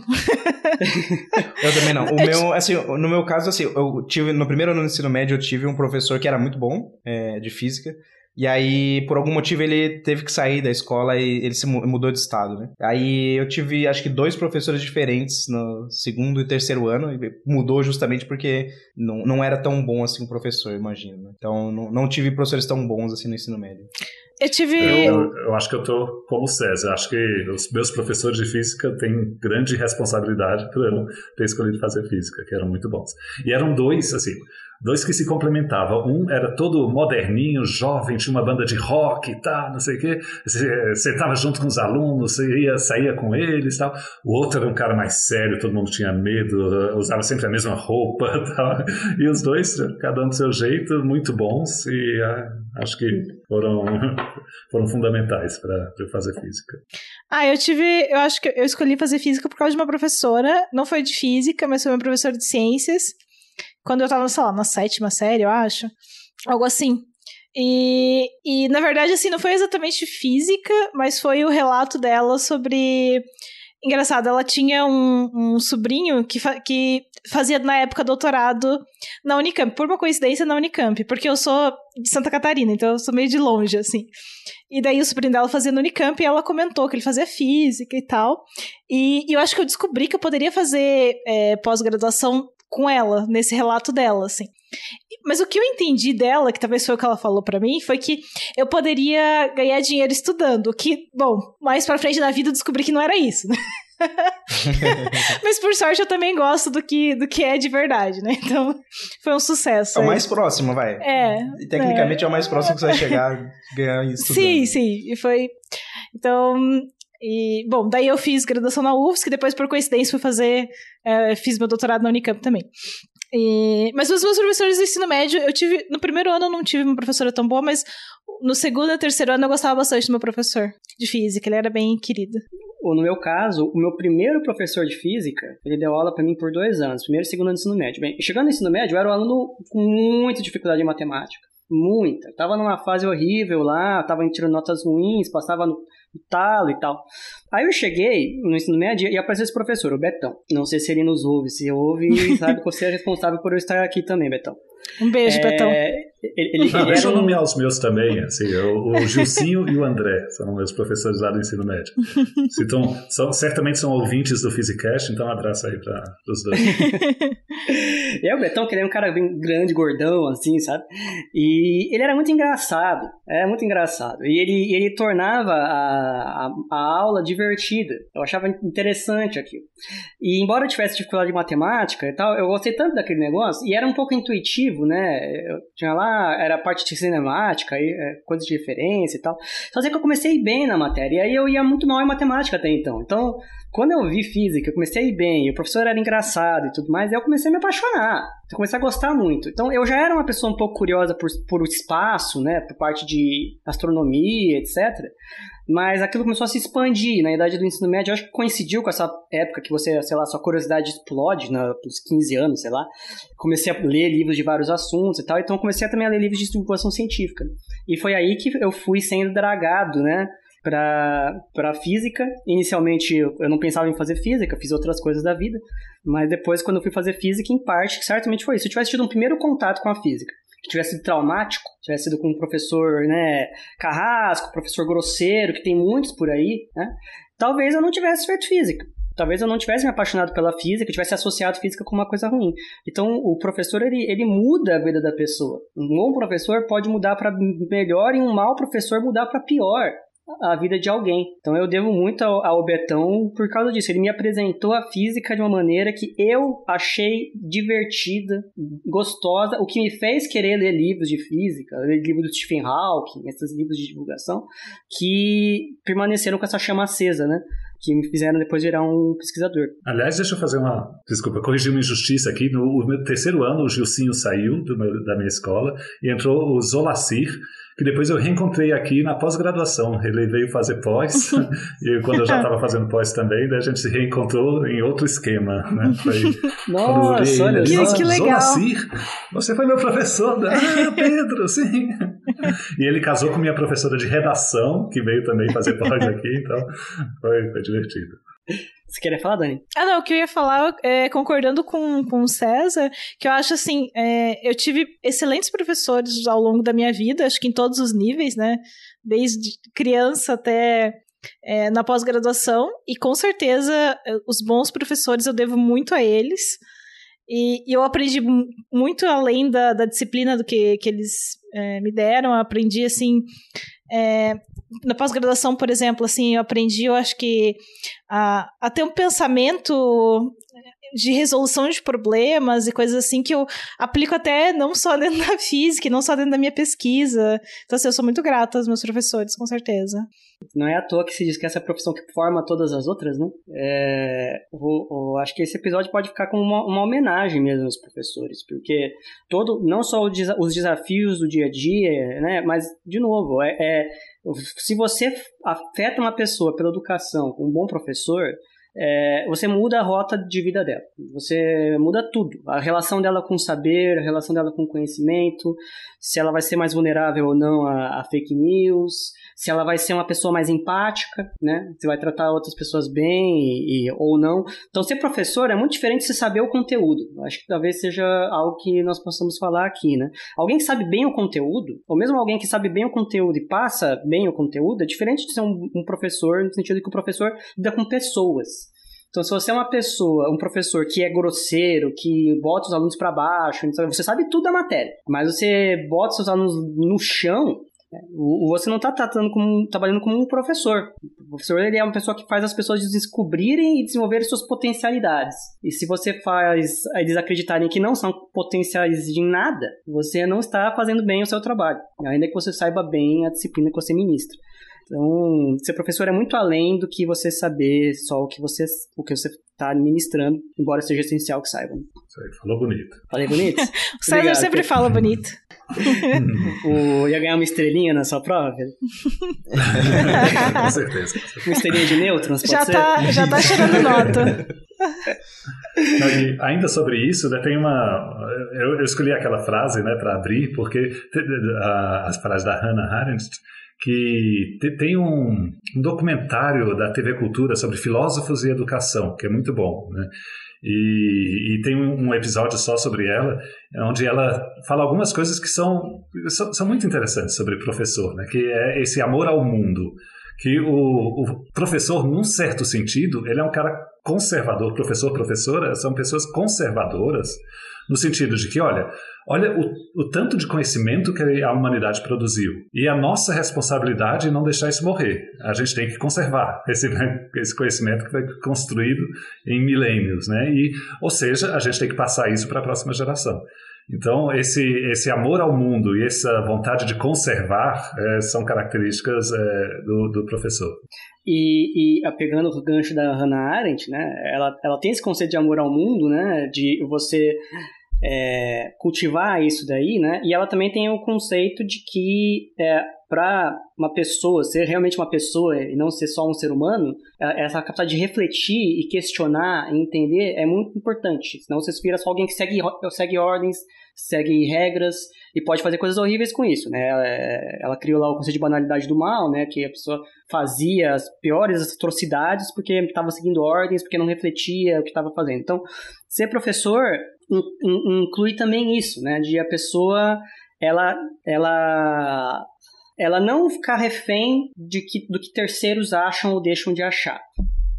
Eu também não. O meu, assim, no meu caso, assim, eu tive, no primeiro ano do ensino médio, eu tive um professor que era muito bom, é, de física. E aí, por algum motivo, ele teve que sair da escola e ele se mudou de estado, né? Aí eu tive, acho que, dois professores diferentes no segundo e terceiro ano. E mudou justamente porque não, não era tão bom assim o professor, imagino, né? Então, não, não tive professores tão bons assim no ensino médio. Eu tive... Eu, eu, eu acho que eu tô como o César. Acho que os meus professores de física têm grande responsabilidade por eu ter escolhido fazer física, que eram muito bons. E eram dois, assim... Dois que se complementavam. Um era todo moderninho, jovem, tinha uma banda de rock e tal, não sei o quê. Você sentava junto com os alunos, você ia, saía com eles e tal. O outro era um cara mais sério, todo mundo tinha medo, usava sempre a mesma roupa e tal. E os dois, cada um do seu jeito, muito bons e ah, acho que foram, foram fundamentais para eu fazer física. Ah, eu tive... Eu acho que eu escolhi fazer física por causa de uma professora. Não foi de física, mas foi uma professora de ciências. Quando eu tava, sei lá, na sétima série, eu acho. Algo assim. E, e, na verdade, assim, não foi exatamente física, mas foi o relato dela sobre... Engraçado, ela tinha um, um sobrinho que, fa- que fazia, na época, doutorado na Unicamp. Por uma coincidência, na Unicamp. Porque eu sou de Santa Catarina, então eu sou meio de longe, assim. E daí o sobrinho dela fazia no Unicamp e ela comentou que ele fazia física e tal. E, e eu acho que eu descobri que eu poderia fazer é, pós-graduação com ela, nesse relato dela, assim. Mas o que eu entendi dela, que talvez foi o que ela falou pra mim, foi que eu poderia ganhar dinheiro estudando, que, bom, mais pra frente na vida eu descobri que não era isso, né? Mas por sorte eu também gosto do que, do que é de verdade, né? Então foi um sucesso. É o mais próximo, vai. É. E, tecnicamente é. é o mais próximo que você vai chegar a ganhar estudando. Sim, sim. E foi... Então... E, bom, daí eu fiz graduação na U F S C, depois, por coincidência, fui fazer... É, fiz meu doutorado na Unicamp também. E, mas os meus professores do ensino médio, eu tive... No primeiro ano eu não tive uma professora tão boa, mas no segundo e terceiro ano eu gostava bastante do meu professor de física. Ele era bem querido. Ou no meu caso, o meu primeiro professor de física, ele deu aula pra mim por dois anos. Primeiro e segundo ano do ensino médio. Bem, chegando no ensino médio, eu era um aluno com muita dificuldade em matemática. Muita. Tava numa fase horrível lá, tava tirando notas ruins, passava no talo e tal. Aí eu cheguei no ensino médio e apareceu esse professor, o Betão. Não sei se ele nos ouve. Se ouve, sabe que você é responsável por eu estar aqui também, Betão. Um beijo, é... Betão. Ele, ele, Não, ele deixa eu um... nomear os meus também, assim, o, o Gilcinho e o André são meus professores lá do ensino médio. Se tão, são, certamente são ouvintes do Physicast, então um abraço aí para os dois. E aí o Betão, que ele é um cara bem grande, gordão, assim, sabe? E ele era muito engraçado, era muito engraçado. E ele, ele tornava a, a, a aula divertida. Eu achava interessante aquilo. E embora eu tivesse dificuldade de matemática e tal, eu gostei tanto daquele negócio, e era um pouco intuitivo, né? Eu tinha lá, era a parte de cinemática, coisas de referência e tal. Só sei que eu comecei bem na matéria, e aí eu ia muito mal em matemática até então. Então, quando eu vi física, eu comecei a ir bem, e o professor era engraçado e tudo mais, e eu comecei a me apaixonar. Eu comecei a gostar muito. Então, eu já era uma pessoa um pouco curiosa por, por espaço, né? Por parte de astronomia, etcétera. Mas aquilo começou a se expandir na idade do ensino médio. Eu acho que coincidiu com essa época que você, sei lá, sua curiosidade explode, né, uns quinze anos, sei lá. Comecei a ler livros de vários assuntos e tal, então comecei também a ler livros de divulgação científica. E foi aí que eu fui sendo dragado, né, para para física. Inicialmente eu não pensava em fazer física, fiz outras coisas da vida, mas depois, quando eu fui fazer física, em parte, certamente foi isso. Se eu tivesse tido um primeiro contato com a física, que tivesse sido traumático, tivesse sido com um professor, né, carrasco, professor grosseiro, que tem muitos por aí, né, talvez eu não tivesse feito física. talvez eu não tivesse me apaixonado pela física, tivesse associado física com uma coisa ruim. Então, o professor, ele, ele muda a vida da pessoa. Um bom professor pode mudar para melhor e um mau professor mudar para pior a vida de alguém. Então eu devo muito ao, ao Betão por causa disso. Ele me apresentou a física de uma maneira que eu achei divertida, gostosa, o que me fez querer ler livros de física, ler livros do Stephen Hawking, esses livros de divulgação, que permaneceram com essa chama acesa, né? Que me fizeram depois virar um pesquisador. Aliás, deixa eu fazer uma... Desculpa, corrigir uma injustiça aqui. No meu terceiro ano, o Gilcinho saiu do meu, da minha escola e entrou o Zolacir, que depois eu reencontrei aqui na pós-graduação. Ele veio fazer pós, e quando eu já estava fazendo pós também, daí a gente se reencontrou em outro esquema, né? Foi, Nossa, olha que, só. que legal. Zolacir, você foi meu professor. Ah, Pedro, sim. E ele casou com minha professora de redação, que veio também fazer pós aqui, então foi, foi divertido. Você queria falar, Dani? Ah, não, o que eu ia falar, é, concordando com, com o César, que eu acho assim, é, eu tive excelentes professores ao longo da minha vida, acho que em todos os níveis, né, desde criança até é, na pós-graduação, e com certeza os bons professores eu devo muito a eles, e, e eu aprendi muito além da, da disciplina do que, que eles é, me deram, eu aprendi assim... É, na pós-graduação, por exemplo, assim, eu aprendi, eu acho que a, a ter um pensamento de resolução de problemas e coisas assim que eu aplico até não só dentro da física, não só dentro da minha pesquisa. Então, assim, eu sou muito grata aos meus professores, com certeza. Não é à toa que se diz que essa é a profissão que forma todas as outras, né? É, eu, eu acho que esse episódio pode ficar como uma, uma homenagem mesmo aos professores, porque todo, não só o, os desafios do dia a dia, né? Mas, de novo, é, é, se você afeta uma pessoa pela educação com um bom professor, É, você muda a rota de vida dela, você muda tudo, a relação dela com o saber, a relação dela com o conhecimento, se ela vai ser mais vulnerável ou não a, a fake news, se ela vai ser uma pessoa mais empática, né? Se vai tratar outras pessoas bem e, e, ou não. Então, ser professor é muito diferente de você saber o conteúdo. Acho que talvez seja algo que nós possamos falar aqui, né? Alguém que sabe bem o conteúdo, ou mesmo alguém que sabe bem o conteúdo e passa bem o conteúdo, é diferente de ser um, um professor, no sentido que o professor lida com pessoas. Então, se você é uma pessoa, um professor que é grosseiro, que bota os alunos para baixo, você sabe tudo da matéria, mas você bota seus alunos no chão, você não está tratando como, trabalhando como um professor. O professor, ele é uma pessoa que faz as pessoas descobrirem e desenvolverem suas potencialidades. E se você faz eles acreditarem que não são potenciais de nada, você não está fazendo bem o seu trabalho, ainda que você saiba bem a disciplina que você ministra. Então, ser professor é muito além do que você saber só o que você o que você está administrando, embora seja essencial que saiba. Isso aí, falou bonito. Falei bonito? O César Obrigado, sempre fala bonito. o, ia ganhar uma estrelinha na sua prova? Com certeza. Uma estrelinha de nêutrons, pode já ser? Tá, já tá tirando nota. Não, e ainda sobre isso, né, tem uma... Eu, eu escolhi aquela frase, né, para abrir, porque a, as frases da Hannah Arendt, que tem um, um documentário da T V Cultura sobre filósofos e educação, que é muito bom, né? E, e tem um episódio só sobre ela, onde ela fala algumas coisas que são, são, são muito interessantes sobre professor, né? Que é esse amor ao mundo, que o, o professor, num certo sentido, ele é um cara conservador. Professor, professora são pessoas conservadoras, no sentido de que, olha, olha o, o tanto de conhecimento que a humanidade produziu. E a nossa responsabilidade é não deixar isso morrer. A gente tem que conservar esse, esse conhecimento que foi construído em milênios, né? E, ou seja, a gente tem que passar isso para a próxima geração. Então, esse, esse amor ao mundo e essa vontade de conservar é, são características é, do, do professor. E, e pegando o gancho da Hannah Arendt, né, ela, ela tem esse conceito de amor ao mundo, né, de você é, cultivar isso daí, né, e ela também tem o conceito de que é, para uma pessoa ser realmente uma pessoa e não ser só um ser humano, essa capacidade de refletir e questionar e entender é muito importante, senão você vira só alguém que segue, segue ordens, segue regras e pode fazer coisas horríveis com isso, né? Ela, ela criou lá o conceito de banalidade do mal, né? Que a pessoa fazia as piores atrocidades porque estava seguindo ordens, porque não refletia o que estava fazendo. Então, ser professor in, in, inclui também isso, né? De a pessoa, ela, ela, ela não ficar refém de que, do que terceiros acham ou deixam de achar.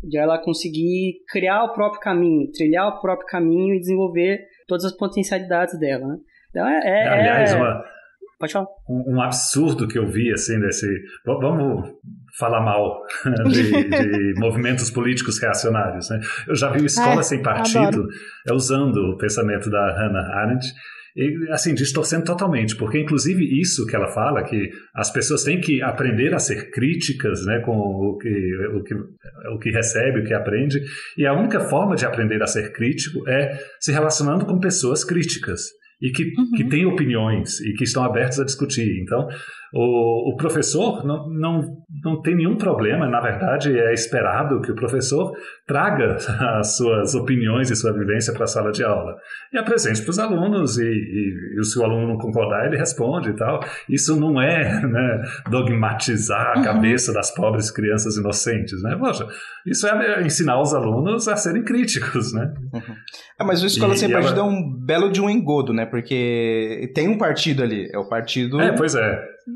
de ela conseguir criar o próprio caminho, trilhar o próprio caminho e desenvolver todas as potencialidades dela, né? Então é... é Aliás, é... uma... Pode falar. Um, um absurdo que eu vi, assim, desse... Vamos falar mal de, de movimentos políticos reacionários, né? Eu já vi Escola Ai, Sem Partido adoro. usando o pensamento da Hannah Arendt, e, assim, distorcendo totalmente, porque inclusive isso que ela fala, que as pessoas têm que aprender a ser críticas, né, com o que, o que, o que recebe, o que aprende, e a única forma de aprender a ser crítico é se relacionando com pessoas críticas. E que, uhum. que têm opiniões e que estão abertos a discutir. Então, o, o professor não, não, não tem nenhum problema, na verdade, é esperado que o professor traga as suas opiniões e sua vivência para a sala de aula e apresente para os alunos, e, e, e se o aluno não concordar, ele responde e tal. Isso não é, né, dogmatizar a cabeça uhum. das pobres crianças inocentes, né? Poxa, isso é ensinar os alunos a serem críticos, né? Uhum. Ah, mas o Escola e, Sem Partido ela... é um belo de um engodo, né? Porque tem um partido ali, é o partido... É, pois é.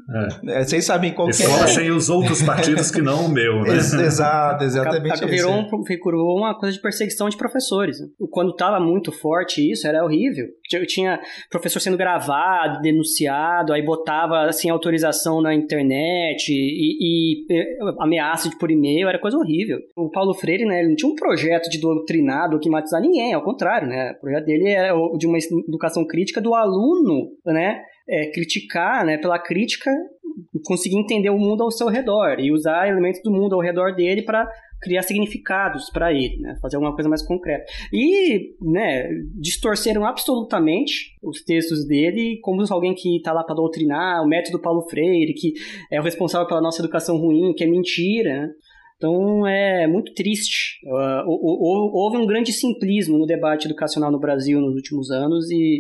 É. Vocês sabem qual que é. Escola sem os outros partidos que não o meu, né? Exato, exatamente. Virou, um, virou uma coisa de perseguição de professores. Quando estava muito forte isso, era horrível. Eu tinha professor sendo gravado, denunciado, aí botava assim, autorização na internet e, e ameaça por e-mail, era coisa horrível. O Paulo Freire, né, ele não tinha um projeto de doutrinar, dogmatizar ninguém, ao contrário, né? O projeto dele era de uma educação crítica do aluno, né? É, criticar, né, pela crítica, conseguir entender o mundo ao seu redor e usar elementos do mundo ao redor dele para criar significados para ele, né, fazer alguma coisa mais concreta. E, né, distorceram absolutamente os textos dele como alguém que está lá para doutrinar, o método Paulo Freire, que é o responsável pela nossa educação ruim, que é mentira, né? Então, é muito triste. Uh, houve um grande simplismo no debate educacional no Brasil nos últimos anos e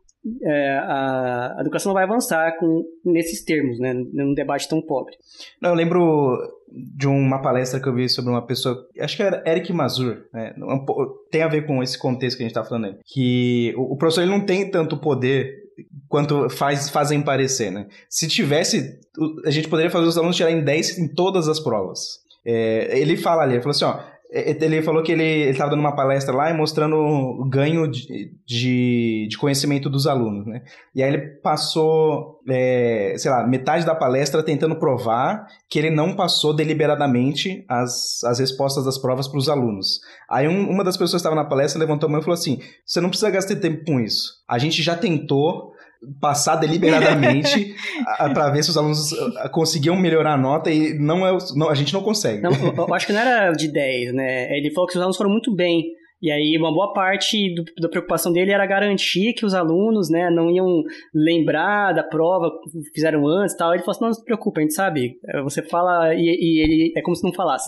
É, a educação não vai avançar com, nesses termos, né, num debate tão pobre. Não, eu lembro de uma palestra que eu vi sobre uma pessoa, acho que era Eric Mazur, né, tem a ver com esse contexto que a gente está falando aí, que o, o professor ele não tem tanto poder quanto faz, fazem parecer, né? Se tivesse, a gente poderia fazer os alunos tirarem dez em todas as provas. É, ele fala ali, ele falou assim, ó, ele falou que ele estava dando uma palestra lá e mostrando o ganho de, de, de conhecimento dos alunos, né? E aí ele passou, é, sei lá, metade da palestra tentando provar que ele não passou deliberadamente as, as respostas das provas para os alunos. Aí um, uma das pessoas que estava na palestra levantou a mão e falou assim, você não precisa gastar tempo com isso. A gente já tentou passar deliberadamente para ver se os alunos conseguiam melhorar a nota e não é, não, a gente não consegue. Não, eu acho que não era de dez, né? Ele falou que os alunos foram muito bem. E aí uma boa parte do, da preocupação dele era garantir que os alunos, né, não iam lembrar da prova que fizeram antes e tal. Ele falou assim, não, não se preocupa, a gente sabe. Você fala e, e ele é como se não falasse.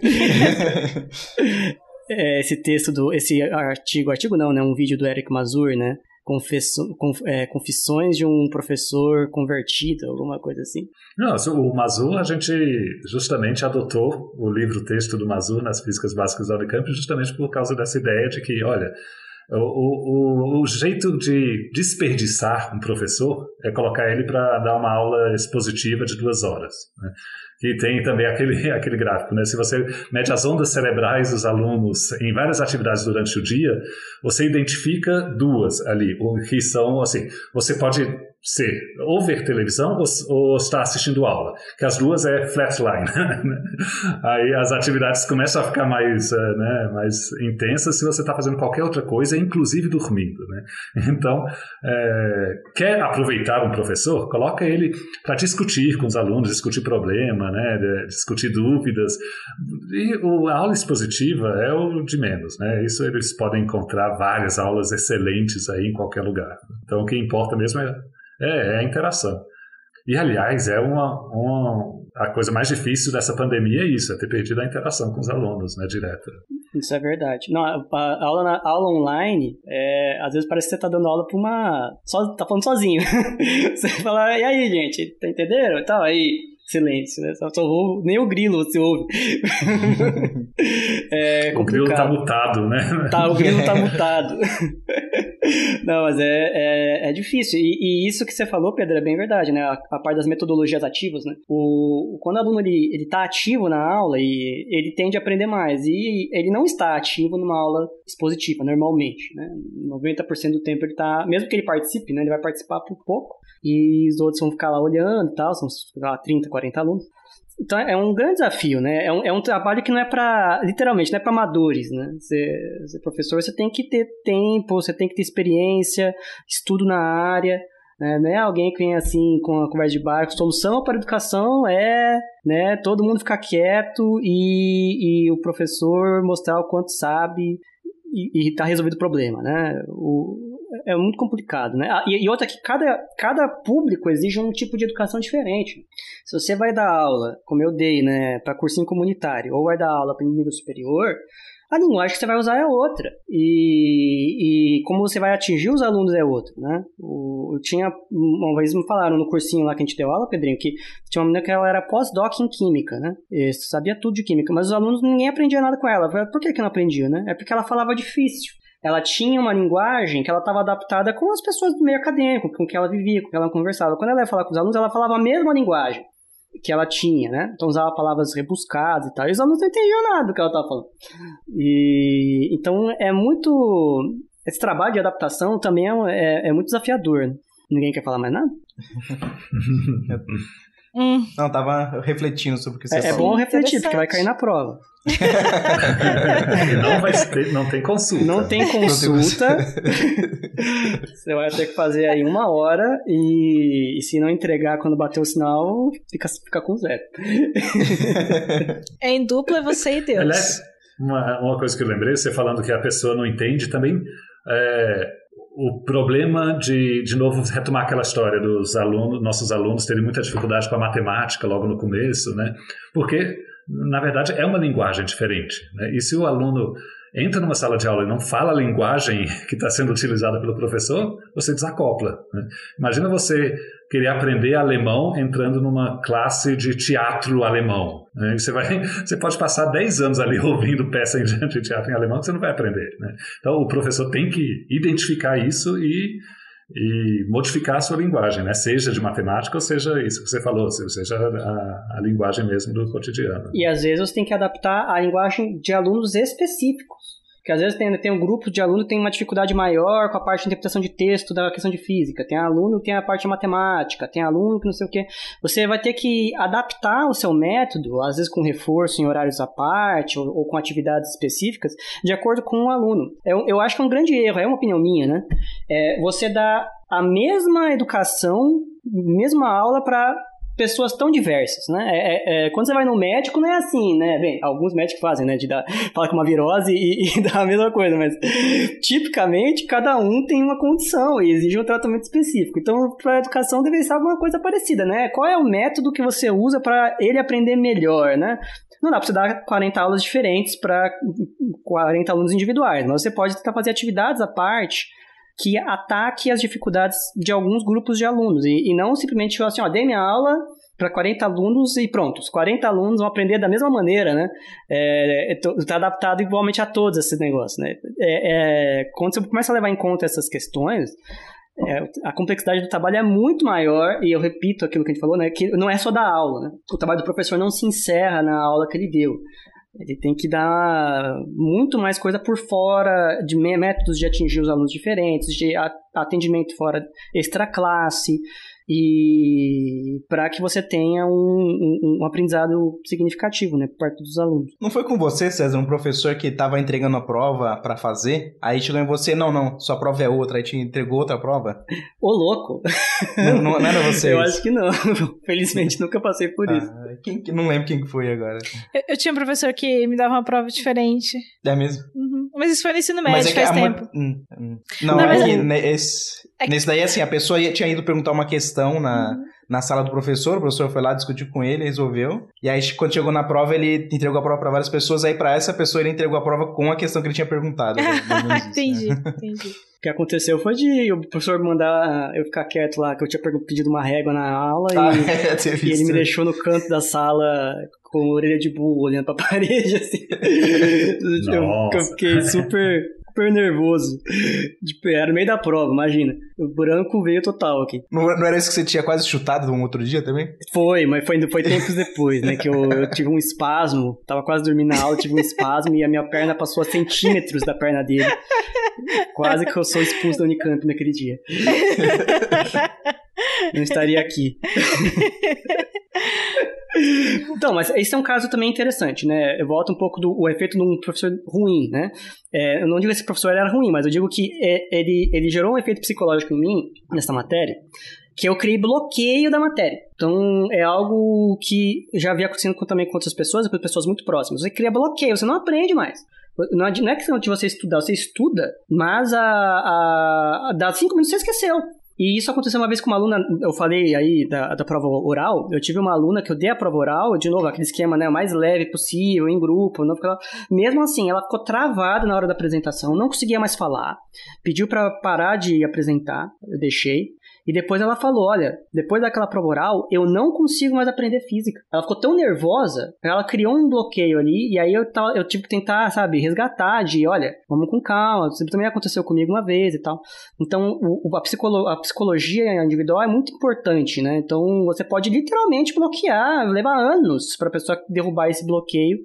é, esse texto, do, esse artigo, artigo não, né? Um vídeo do Eric Mazur, né? Confesso, conf, é, confissões de um professor convertido, alguma coisa assim. Não, o Mazur, a gente justamente adotou o livro-texto do Mazur nas Físicas Básicas da Unicamp justamente por causa dessa ideia de que, olha, o, o, o jeito de desperdiçar um professor é colocar ele para dar uma aula expositiva de duas horas, né? E tem também aquele, aquele gráfico, né? Se você mede as ondas cerebrais dos alunos em várias atividades durante o dia, você identifica duas ali, que são assim, você pode ser ou ver televisão ou, ou estar assistindo aula, que as duas é flatline. Aí as atividades começam a ficar mais, né, mais intensas se você está fazendo qualquer outra coisa, inclusive dormindo, né? Então, é, quer aproveitar um professor? Coloca ele para discutir com os alunos, discutir problema, né, discutir dúvidas. E a aula expositiva é o de menos, né? Isso eles podem encontrar várias aulas excelentes aí em qualquer lugar. Então, o que importa mesmo é É, é a interação. E, aliás, é uma, uma, a coisa mais difícil dessa pandemia é isso, é ter perdido a interação com os alunos, né, direta. Isso é verdade. Não, a, a, aula, na, a aula online, é, às vezes parece que você tá dando aula pra uma... Só, tá falando sozinho. Você fala, e aí, gente, tá entendendo? E tal, aí, silêncio, né? Só, só ouve, nem o grilo você ouve. É o grilo tá mutado, né? Tá, o grilo tá mutado. Não, mas é, é, é difícil. E, e isso que você falou, Pedro, é bem verdade, né? A, a parte das metodologias ativas, né? O, quando o aluno ele, ele tá ativo na aula, e ele tende a aprender mais. E ele não está ativo numa aula expositiva, normalmente, né? noventa por cento do tempo ele tá... Mesmo que ele participe, né? Ele vai participar por pouco. E os outros vão ficar lá olhando e tal. São lá, trinta, quarenta alunos. Então é um grande desafio, né? É um, é um trabalho que não é para, literalmente, não é para amadores, né? Você, você professor, você tem que ter tempo, você tem que ter experiência, estudo na área, né? Não é alguém que vem assim com a conversa de barco. Solução para a educação é, né, todo mundo ficar quieto e, e o professor mostrar o quanto sabe e, e tá resolvido o problema, né? O, é muito complicado, né? Ah, e, e outra que cada, cada público exige um tipo de educação diferente. Se você vai dar aula, como eu dei, né, para cursinho comunitário, ou vai dar aula para nível superior, a linguagem que você vai usar é outra. E, e como você vai atingir os alunos é outra, né? O, eu tinha, uma vez me falaram no cursinho lá que a gente deu aula, Pedrinho, que tinha uma menina que ela era pós-doc em química, né? E sabia tudo de química, mas os alunos, ninguém aprendia nada com ela. Por que que não aprendia, né? É porque ela falava difícil. Ela tinha uma linguagem que ela estava adaptada com as pessoas do meio acadêmico, com que ela vivia, com que ela conversava. Quando ela ia falar com os alunos, ela falava a mesma linguagem que ela tinha, né? Então usava palavras rebuscadas e tal. E os alunos não entendiam nada do que ela estava falando. E, então é muito... Esse trabalho de adaptação também é, é, é muito desafiador, né? Ninguém quer falar mais nada? Hum. Não, tava refletindo sobre o que você é, falou. É bom refletir, porque vai cair na prova. E não, vai ter, não tem consulta. Não tem consulta. Você vai ter que fazer aí uma hora e, e se não entregar quando bater o sinal, fica, fica com zero. É em dupla, é você e Deus. Aliás, uma, uma coisa que eu lembrei, você falando que a pessoa não entende também, é, o problema de, de novo, retomar aquela história dos alunos, nossos alunos terem muita dificuldade com a matemática logo no começo, né? Porque, na verdade, é uma linguagem diferente, né? E se o aluno entra numa sala de aula e não fala a linguagem que está sendo utilizada pelo professor, você desacopla, né? Imagina você querer aprender alemão entrando numa classe de teatro alemão, né? Você, vai, você pode passar dez anos ali ouvindo peça em de teatro em alemão que você não vai aprender, né? Então o professor tem que identificar isso e, e modificar a sua linguagem, né? Seja de matemática ou seja isso que você falou, seja a, a linguagem mesmo do cotidiano. E às vezes você tem que adaptar a linguagem de alunos específicos. Porque às vezes tem, tem um grupo de aluno que tem uma dificuldade maior com a parte de interpretação de texto da questão de física. Tem aluno que tem a parte de matemática, tem aluno que não sei o quê. Você vai ter que adaptar o seu método, às vezes com reforço em horários à parte ou, ou com atividades específicas, de acordo com o aluno. Eu, eu acho que é um grande erro, é uma opinião minha, né? É, você dá a mesma educação, mesma aula para pessoas tão diversas, né? É, é, quando você vai no médico, não é assim, né? Bem, alguns médicos fazem, né? De dar, falar com uma virose e, e dar a mesma coisa, mas tipicamente cada um tem uma condição e exige um tratamento específico. Então, para a educação deveria ser alguma coisa parecida, né? Qual é o método que você usa para ele aprender melhor, né? Não dá para você dar quarenta aulas diferentes para quarenta alunos individuais, mas você pode tentar fazer atividades à parte que ataque as dificuldades de alguns grupos de alunos e, e não simplesmente falar assim, ó, dei minha aula para quarenta alunos e pronto, os quarenta alunos vão aprender da mesma maneira, né? Está é, adaptado igualmente a todos esses negócios, né? É, é, quando você começa a levar em conta essas questões, é, a complexidade do trabalho é muito maior, e eu repito aquilo que a gente falou, né? Que não é só da aula, né? O trabalho do professor não se encerra na aula que ele deu. Ele tem que dar muito mais coisa por fora, de métodos de atingir os alunos diferentes, de atendimento fora extra-classe, e para que você tenha um, um, um aprendizado significativo, né, por parte dos alunos. Não foi com você, César, um professor que estava entregando a prova para fazer, aí chegou em você, não, não, sua prova é outra, aí te entregou outra prova? Ô, louco! Não, não, não era você? Eu acho que não, felizmente nunca passei por ah, isso. Quem, não lembro quem foi agora. Eu, eu tinha um professor que me dava uma prova diferente. É mesmo? Uhum. Mas isso foi no ensino médio, é faz a tempo. Hum, hum. Não, não, é mas... que nesse, é que... nesse daí, assim, a pessoa ia, tinha ido perguntar uma questão na, uhum. na sala do professor, o professor foi lá, discutiu com ele, resolveu, e aí quando chegou na prova, ele entregou a prova para várias pessoas, aí para essa pessoa ele entregou a prova com a questão que ele tinha perguntado. Entendi, né? entendi. O que aconteceu foi de o professor mandar eu ficar quieto lá, que eu tinha pedido uma régua na aula ah, e, é, e ele me deixou no canto da sala com a orelha de burro olhando pra parede, assim. eu, eu fiquei super super nervoso. Tipo, era no meio da prova, imagina. O branco veio total aqui. Não, não era isso que você tinha quase chutado um outro dia também? Foi, mas foi, foi tempos depois, né? Que eu, eu tive um espasmo, tava quase dormindo na aula, tive um espasmo e a minha perna passou a centímetros da perna dele. Quase que eu sou expulso da Unicamp naquele dia. Não estaria aqui. Então, mas esse é um caso também interessante, né? Eu volto um pouco do o efeito de um professor ruim, né? É, eu não digo que esse professor era ruim, mas eu digo que é, ele, ele gerou um efeito psicológico em mim, nessa matéria, que eu criei bloqueio da matéria. Então, é algo que já havia acontecido também com outras pessoas, com pessoas muito próximas. Você cria bloqueio, você não aprende mais. Não é questão de você estudar, você estuda, mas a, a, a dá cinco minutos você esqueceu. E isso aconteceu uma vez com uma aluna, eu falei aí da, da prova oral, eu tive uma aluna que eu dei a prova oral, de novo, aquele esquema, né, o mais leve possível, em grupo, não ficava... mesmo assim, ela ficou travada na hora da apresentação, não conseguia mais falar, pediu pra parar de apresentar, eu deixei, e depois ela falou, olha, depois daquela prova oral, eu não consigo mais aprender física. Ela ficou tão nervosa, ela criou um bloqueio ali, e aí eu, eu tive que tentar, sabe, resgatar de, olha, vamos com calma, isso também aconteceu comigo uma vez e tal. Então, o, a, psicolo, a psicologia individual é muito importante, né? Então, você pode literalmente bloquear, levar anos para a pessoa derrubar esse bloqueio,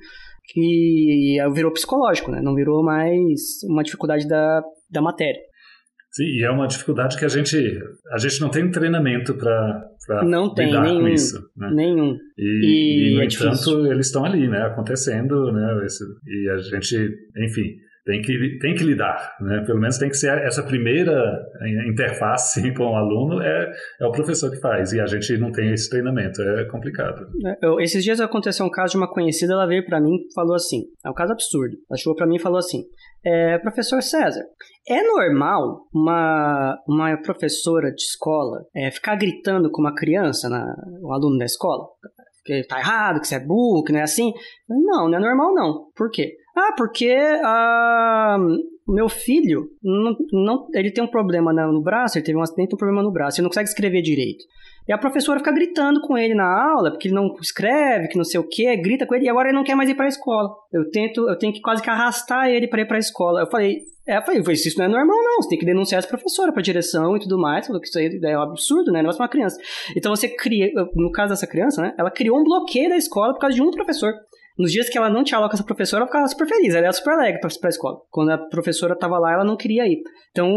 que virou psicológico, né? Não virou mais uma dificuldade da, da matéria. Sim, e é uma dificuldade que a gente a gente não tem treinamento para não tem lidar nenhum, com isso, né? Nenhum. E, e, e no é entanto, difícil. Eles estão ali, né, acontecendo, né, esse, e a gente, enfim, tem que, tem que lidar, né, pelo menos tem que ser essa primeira interface com o aluno, é, é o professor que faz, e a gente não tem esse treinamento, é complicado. Eu, esses dias aconteceu um caso de uma conhecida, ela veio para mim e falou assim, é um caso absurdo, ela chegou para mim e falou assim, é, professor César, é normal uma, uma professora de escola é, ficar gritando com uma criança, na, um aluno da escola? Que tá errado, que você é burro, que não é assim? Não, não é normal não. Por quê? Ah, porque ah, meu filho, não, não, ele tem um problema no braço, ele teve um acidente, um problema no braço, ele não consegue escrever direito. E a professora fica gritando com ele na aula, porque ele não escreve, que não sei o quê, grita com ele, e agora ele não quer mais ir para a escola. Eu tento, eu tenho que quase que arrastar ele para ir para a escola. Eu falei, é, eu falei, isso não é normal não, você tem que denunciar essa professora para direção e tudo mais, falou que isso aí é um absurdo, né, negócio pra uma criança. Então você cria, no caso dessa criança, né, ela criou um bloqueio da escola por causa de um professor. Nos dias que ela não tinha aula com essa professora, ela ficava super feliz, ela era super alegre pra, pra escola. Quando a professora estava lá, ela não queria ir. Então,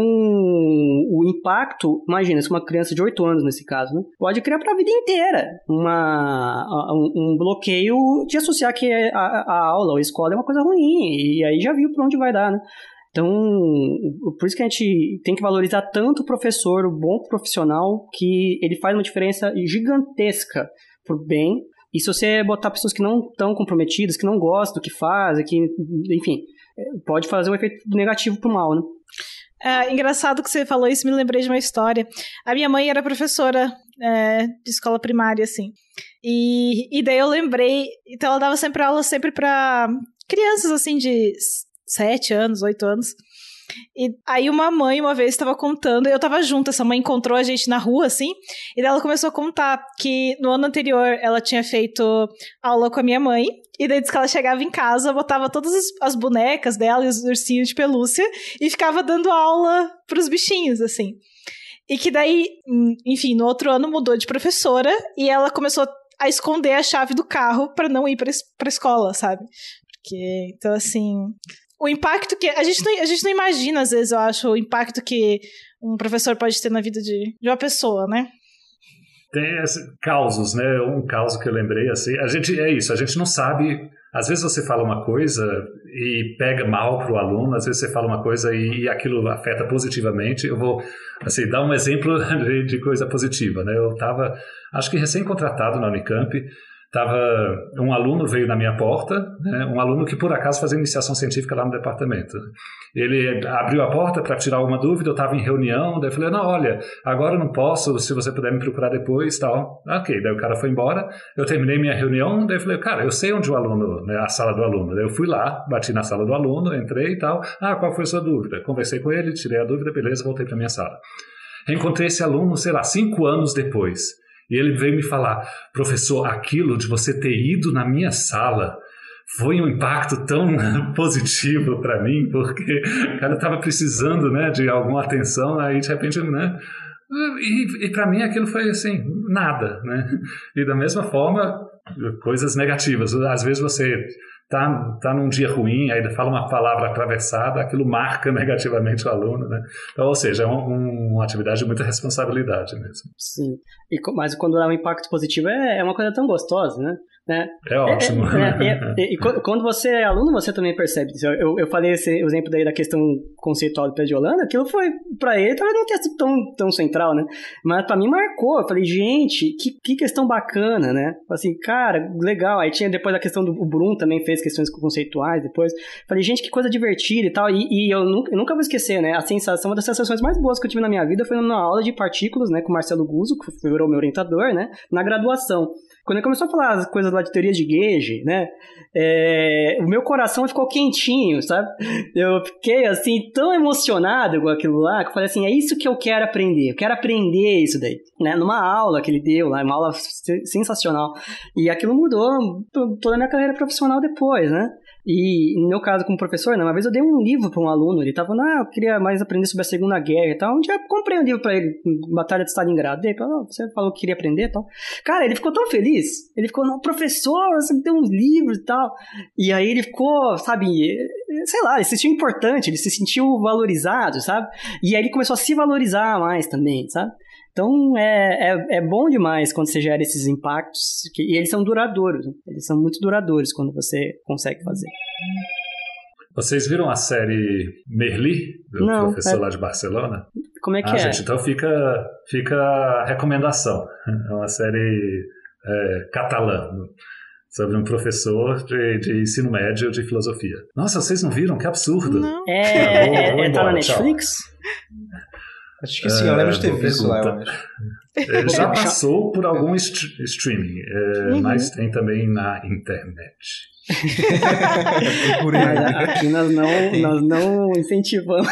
o impacto, imagina, se uma criança de oito anos, nesse caso, né, pode criar para a vida inteira uma, um, um bloqueio de associar que a, a aula ou a escola é uma coisa ruim, e aí já viu para onde vai dar, né? Então, por isso que a gente tem que valorizar tanto o professor, o bom profissional, que ele faz uma diferença gigantesca pro bem. E se você botar pessoas que não estão comprometidas, que não gostam do que fazem, que, enfim, pode fazer um efeito negativo pro mal, né? É engraçado que você falou isso, me lembrei de uma história. A minha mãe era professora é, de escola primária, assim. E, e daí eu lembrei, então ela dava sempre aula sempre pra crianças, assim, de sete anos, oito anos. E aí uma mãe uma vez estava contando, eu tava junto, essa mãe encontrou a gente na rua, assim, e daí ela começou a contar que no ano anterior ela tinha feito aula com a minha mãe, e daí disse que ela chegava em casa, botava todas as, as bonecas dela e os ursinhos de pelúcia, e ficava dando aula pros bichinhos, assim. E que daí, enfim, no outro ano mudou de professora, e ela começou a esconder a chave do carro pra não ir pra, pra escola, sabe? Porque, então assim... O impacto que... A gente, não, a gente não imagina, às vezes, eu acho, o impacto que um professor pode ter na vida de, de uma pessoa, né? Tem esses causos, né? Um caso que eu lembrei, assim... A gente, é isso, a gente não sabe... Às vezes você fala uma coisa e pega mal para o aluno, às vezes você fala uma coisa e, e aquilo afeta positivamente. Eu vou, assim, dar um exemplo de, de coisa positiva, né? Eu estava, acho que recém-contratado na Unicamp, Tava, um aluno veio na minha porta, né, um aluno que por acaso fazia iniciação científica lá no departamento. Ele abriu a porta para tirar alguma dúvida, eu estava em reunião, daí eu falei, não, olha, agora eu não posso, se você puder me procurar depois, tal. Ok, daí o cara foi embora, eu terminei minha reunião, daí eu falei, cara, eu sei onde o aluno, né, a sala do aluno. Daí eu fui lá, bati na sala do aluno, entrei e tal, ah, qual foi a sua dúvida? Conversei com ele, tirei a dúvida, beleza, voltei para minha sala. Reencontrei esse aluno, sei lá, cinco anos depois. E ele veio me falar, professor, aquilo de você ter ido na minha sala foi um impacto tão positivo para mim, porque o cara estava precisando, né, de alguma atenção, aí de repente, né, e, e para mim aquilo foi assim, nada, né, e da mesma forma, coisas negativas, às vezes você tá, tá num dia ruim, aí fala uma palavra atravessada, aquilo marca negativamente o aluno, né, então, ou seja, é um, uma atividade de muita responsabilidade mesmo. Sim, e, mas quando dá um impacto positivo é, é uma coisa tão gostosa, né? Né? É ótimo. É, é, é, e quando você é aluno, você também percebe isso. Eu, eu falei esse exemplo daí da questão conceitual do Pedro de Holanda, aquilo foi, pra ele, talvez não tenha sido tão, tão central, né? Mas pra mim marcou. Eu falei, gente, que, que questão bacana, né? Assim, cara, legal. Aí tinha depois a questão do o Brum também fez questões conceituais depois. Falei, gente, que coisa divertida e tal. E, e eu, nunca, eu nunca vou esquecer, né? A sensação, uma das sensações mais boas que eu tive na minha vida foi numa aula de partículas, né? Com o Marcelo Guzzo, que foi o meu orientador, né? Na graduação. Quando ele começou a falar as coisas lá de teoria de Gauge, né, é, o meu coração ficou quentinho, sabe? Eu fiquei, assim, tão emocionado com aquilo lá, que eu falei assim, é isso que eu quero aprender, eu quero aprender isso daí, né, numa aula que ele deu lá, uma aula sensacional, e aquilo mudou toda a minha carreira profissional depois, né? E no meu caso como professor, né, uma vez eu dei um livro para um aluno, ele tava falando, ah, eu queria mais aprender sobre a Segunda Guerra e tal, um dia eu comprei um livro para ele, Batalha de Stalingrado, dei, oh, você falou que queria aprender e tal. Cara, ele ficou tão feliz, ele ficou, não, professor, você me deu uns livros e tal, e aí ele ficou, sabe, sei lá, ele se sentiu importante, ele se sentiu valorizado, sabe, e aí ele começou a se valorizar mais também, sabe. Então, é, é, é bom demais quando você gera esses impactos, que, e eles são duradouros, né? Eles são muito duradouros quando você consegue fazer. Vocês viram a série Merli, do Não, professor é... lá de Barcelona? Como é que ah, é? Gente, então fica, fica a recomendação. É uma série é, catalã, sobre um professor de, de ensino médio de filosofia. Nossa, vocês não viram? Que absurdo. Não. É, vou, vou é, embora, tá na Netflix? Tchau. Acho que sim, eu lembro de ter visto lá, eu acho. É, já passou por algum st- streaming, é, uhum. mas tem também na internet. Por aí. Aqui nós não, nós não incentivamos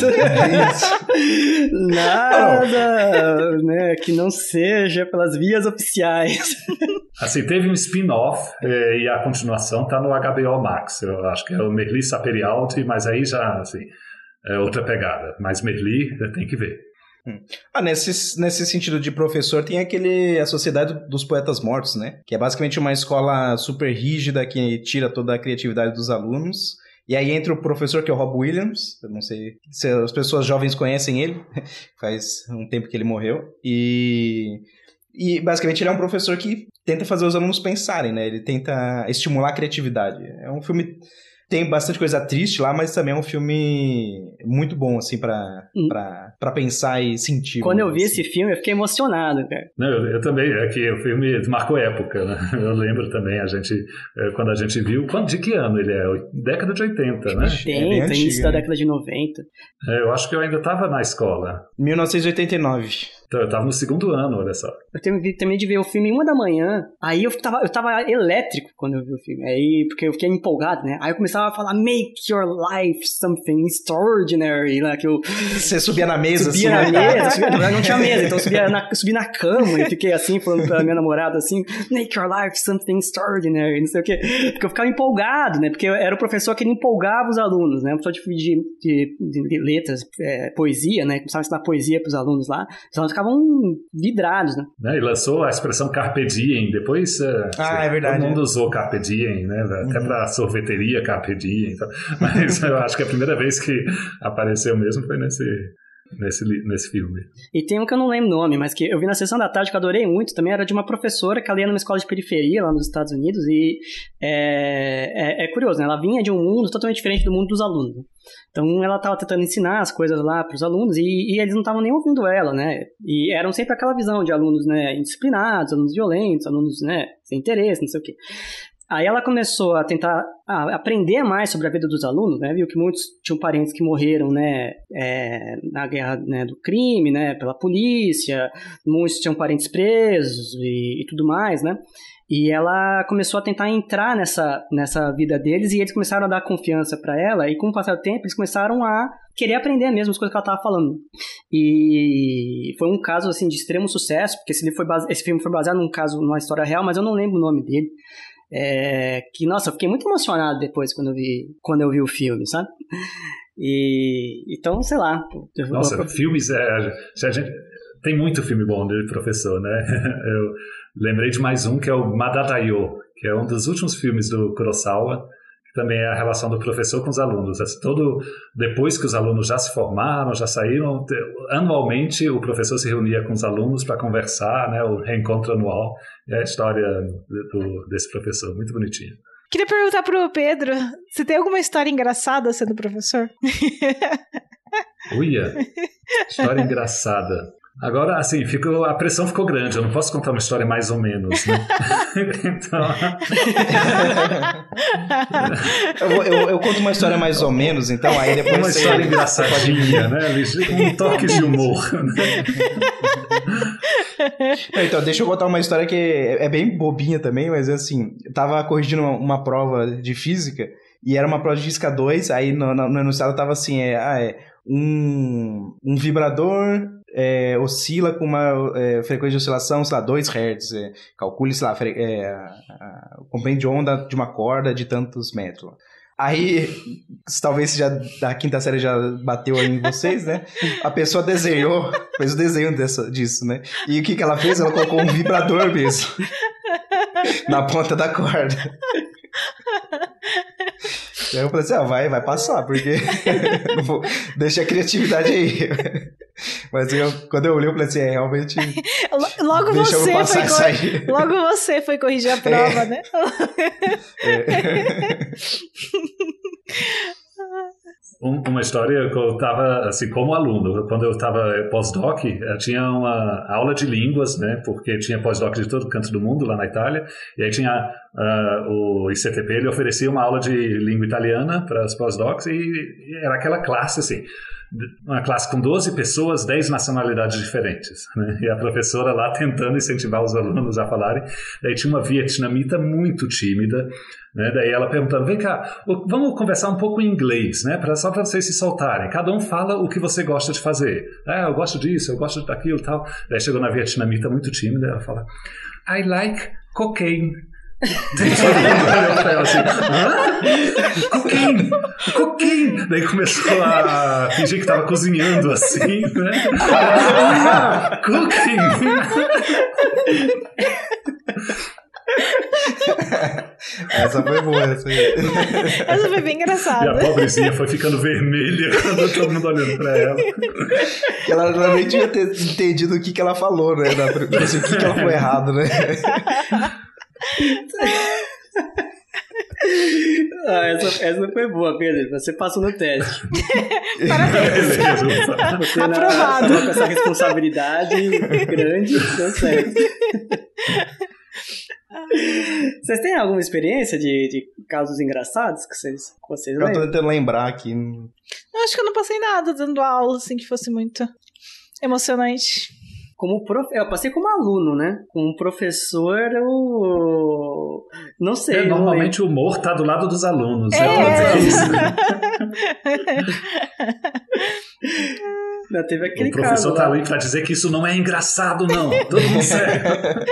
nada, né, que não seja pelas vias oficiais. Assim, teve um spin-off é, e a continuação está no H B O Max. Eu acho que é o Merli Saperialti, mas aí já, assim, é outra pegada. Mas Merli tem que ver. Hum. Ah, nesse, nesse sentido de professor, tem aquele a Sociedade dos Poetas Mortos, né? Que é basicamente uma escola super rígida que tira toda a criatividade dos alunos. E aí entra o professor, que é o Rob Williams. Eu não sei se as pessoas jovens conhecem ele. Faz um tempo que ele morreu. E, e basicamente ele é um professor que tenta fazer os alunos pensarem, né? Ele tenta estimular a criatividade. É um filme... Tem bastante coisa triste lá, mas também é um filme muito bom, assim, pra, hum. pra, pra pensar e sentir. Quando eu vi assim. esse filme, eu fiquei emocionado, cara. Não, eu, eu também, é que o filme marcou época, né? Eu lembro também, a gente, quando a gente viu, quando, de que ano ele é? Década de oitenta, né? Tem, é tem início da década de noventa. É, eu acho que eu ainda estava na escola. mil novecentos e oitenta e nove. Então, eu tava no segundo ano, olha só. Eu terminei de ver o filme uma da manhã, aí eu tava, eu tava elétrico quando eu vi o filme, aí, porque eu fiquei empolgado, né? Aí eu começava a falar, make your life something extraordinary, lá, que eu... Você subia na mesa, subia assim? na mesa, subia, na verdade não tinha mesa, então eu subia na, subi na cama e fiquei assim, falando pra minha namorada, assim, make your life something extraordinary, não sei o quê, porque eu ficava empolgado, né? Porque eu era o professor que ele empolgava os alunos, né? Uma pessoa de, de, de, de letras, é, poesia, né? Começava a ensinar poesia pros alunos lá, os alunos ficavam vidrados, né? né? E lançou a expressão Carpe Diem, depois uh, ah, é verdade, todo mundo é. usou Carpe Diem, né? Até uhum. pra sorveteria Carpe Diem, então. Mas eu acho que a primeira vez que apareceu mesmo foi nesse, nesse, nesse filme. E tem um que eu não lembro o nome, mas que eu vi na sessão da tarde, que eu adorei muito, também era de uma professora que ela ia numa escola de periferia lá nos Estados Unidos e é, é, é curioso, né? Ela vinha de um mundo totalmente diferente do mundo dos alunos, né? Então ela estava tentando ensinar as coisas lá para os alunos e, e eles não estavam nem ouvindo ela, né? E eram sempre aquela visão de alunos, né, indisciplinados, alunos violentos, alunos, né, sem interesse, não sei o quê. Aí ela começou a tentar a aprender mais sobre a vida dos alunos, né? Viu que muitos tinham parentes que morreram, né, é, na guerra, né, do crime, né, pela polícia, muitos tinham parentes presos e, e tudo mais, né? E ela começou a tentar entrar nessa, nessa vida deles e eles começaram a dar confiança para ela e com o passar do tempo eles começaram a querer aprender mesmo as coisas que ela estava falando. E foi um caso assim de extremo sucesso, porque esse, foi base... esse filme foi baseado num caso, numa história real, mas eu não lembro o nome dele. É, que, nossa, eu fiquei muito emocionado depois quando eu vi, quando eu vi o filme, sabe? E, então, sei lá. Nossa, eu... filmes, é, a gente, tem muito filme bom de professor, né? Eu lembrei de mais um que é o Madadayo, que é um dos últimos filmes do Kurosawa, que também é a relação do professor com os alunos. Todo, depois que os alunos já se formaram, já saíram, anualmente o professor se reunia com os alunos para conversar, né? O reencontro anual. É a história do, desse professor, muito bonitinho. Queria perguntar pro Pedro, você tem alguma história engraçada sendo professor? Uia, história engraçada. Agora, assim, ficou, a pressão ficou grande, eu não posso contar uma história mais ou menos, né? Então... eu, eu, eu conto uma história mais ou menos, então, aí depois uma você... história engraçadinha, né? Com um toque de humor. Né? Então, deixa eu contar uma história que é bem bobinha também, mas assim, eu tava corrigindo uma, uma prova de física, e era uma prova de física dois, aí no, no, no enunciado tava assim, é, ah, é um, um vibrador... É, oscila com uma é, frequência de oscilação, sei lá, dois hertz. É, calcule, sei lá, é, a, a, o comprimento de onda de uma corda de tantos metros. Aí, talvez já da quinta série já bateu aí em vocês, né? A pessoa desenhou, fez o desenho dessa, disso, né? E o que, que ela fez? Ela colocou um vibrador mesmo na ponta da corda. Aí eu falei assim, ah, vai, vai passar, porque não vou, deixa a criatividade aí. Mas eu, quando eu olhei, eu falei assim, é, realmente... Logo você, foi cor... Logo você foi corrigir a prova, é. né? É. Uma história que eu estava, assim, como aluno, quando eu estava pós-doc, eu tinha uma aula de línguas, né, porque tinha pós-doc de todo canto do mundo, lá na Itália, e aí tinha uh, o I C T P, ele oferecia uma aula de língua italiana para os pós-docs, e, e era aquela classe, assim, uma classe com doze pessoas, dez nacionalidades diferentes, né? E a professora lá tentando incentivar os alunos a falarem. Daí tinha uma vietnamita muito tímida, né? Daí ela perguntando, vem cá, vamos conversar um pouco em inglês, né? Pra, só para vocês se soltarem. Cada um fala o que você gosta de fazer. Ah, eu gosto disso, eu gosto daquilo e tal. Daí chegou na vietnamita muito tímida, ela fala, I like cocaine. Assim, hã? Cocaine, cocaine. Daí começou a fingir que tava cozinhando assim, né? Ah, cocaine. Essa foi boa, essa aí. Essa foi bem engraçada. E a pobrezinha foi ficando vermelha quando todo mundo olhando pra ela. Ela não nem tinha ter entendido o que, que ela falou, né? Da, o que, que ela foi errado, né? Ah, essa, essa foi boa, Pedro. Você passou no teste. Parabéns. Você aprovado. Na, com essa responsabilidade grande, deu certo. Vocês têm alguma experiência de, de casos engraçados que vocês, que vocês Eu lembram? tô tentando lembrar aqui. Eu acho que eu não passei nada dando aula, assim, que fosse muito emocionante. Como prof... Eu passei como aluno, né? Como professor, eu... Não sei. É, normalmente não... o humor tá do lado dos alunos. É, é isso. Não, teve aquele o professor caso, tá lá. ali pra dizer que isso não é engraçado, não. Todo mundo certo.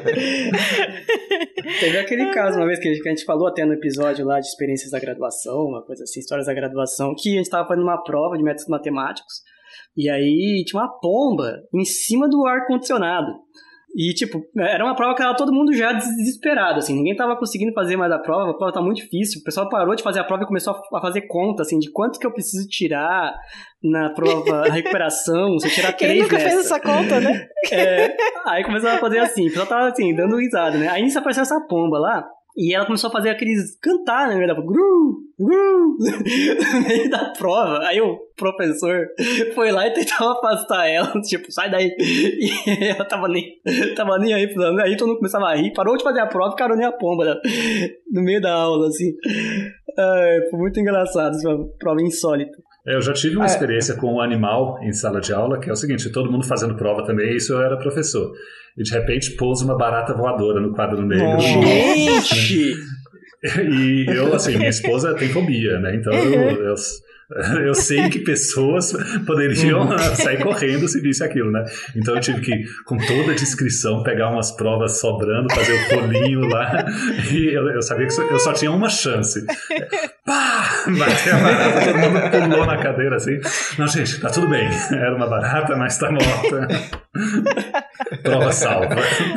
Teve aquele caso uma vez que a gente falou até no episódio lá de experiências da graduação, uma coisa assim, histórias da graduação, que a gente tava fazendo uma prova de métodos matemáticos. E aí tinha uma pomba em cima do ar-condicionado. E, tipo, era uma prova que tava todo mundo já desesperado, assim. Ninguém tava conseguindo fazer mais a prova, a prova tá muito difícil. O pessoal parou de fazer a prova e começou a fazer conta, assim, de quanto que eu preciso tirar na prova, a recuperação, se eu tirar três Quem nunca nessa. fez essa conta, né? É, aí começou a fazer assim, o pessoal tava, assim, dando risada, né? Aí apareceu essa pomba lá. E ela começou a fazer aqueles... Cantar, né? Ela falou, gru, gru, no meio da prova. Aí o professor foi lá e tentou afastar ela. Tipo, sai daí. E ela tava nem, tava nem aí. Aí todo mundo começava a rir. Parou de fazer a prova e ficaram nem a pomba, né? No meio da aula, assim. Ai, foi muito engraçado. Essa prova insólita. Eu já tive uma experiência com um animal em sala de aula, que é o seguinte, todo mundo fazendo prova também, isso eu era professor. E de repente pôs uma barata voadora no quadro negro. Gente! E eu, assim, minha esposa tem fobia, né? Então eu, eu Eu sei que pessoas poderiam sair correndo se visse aquilo, né? Então eu tive que, com toda a descrição, pegar umas provas sobrando, fazer o rolinho lá, e eu, eu sabia que eu só tinha uma chance. Pá! Bateu a barata, todo mundo pulou na cadeira assim. Não, gente, tá tudo bem. Era uma barata, mas tá morta. Prova salva.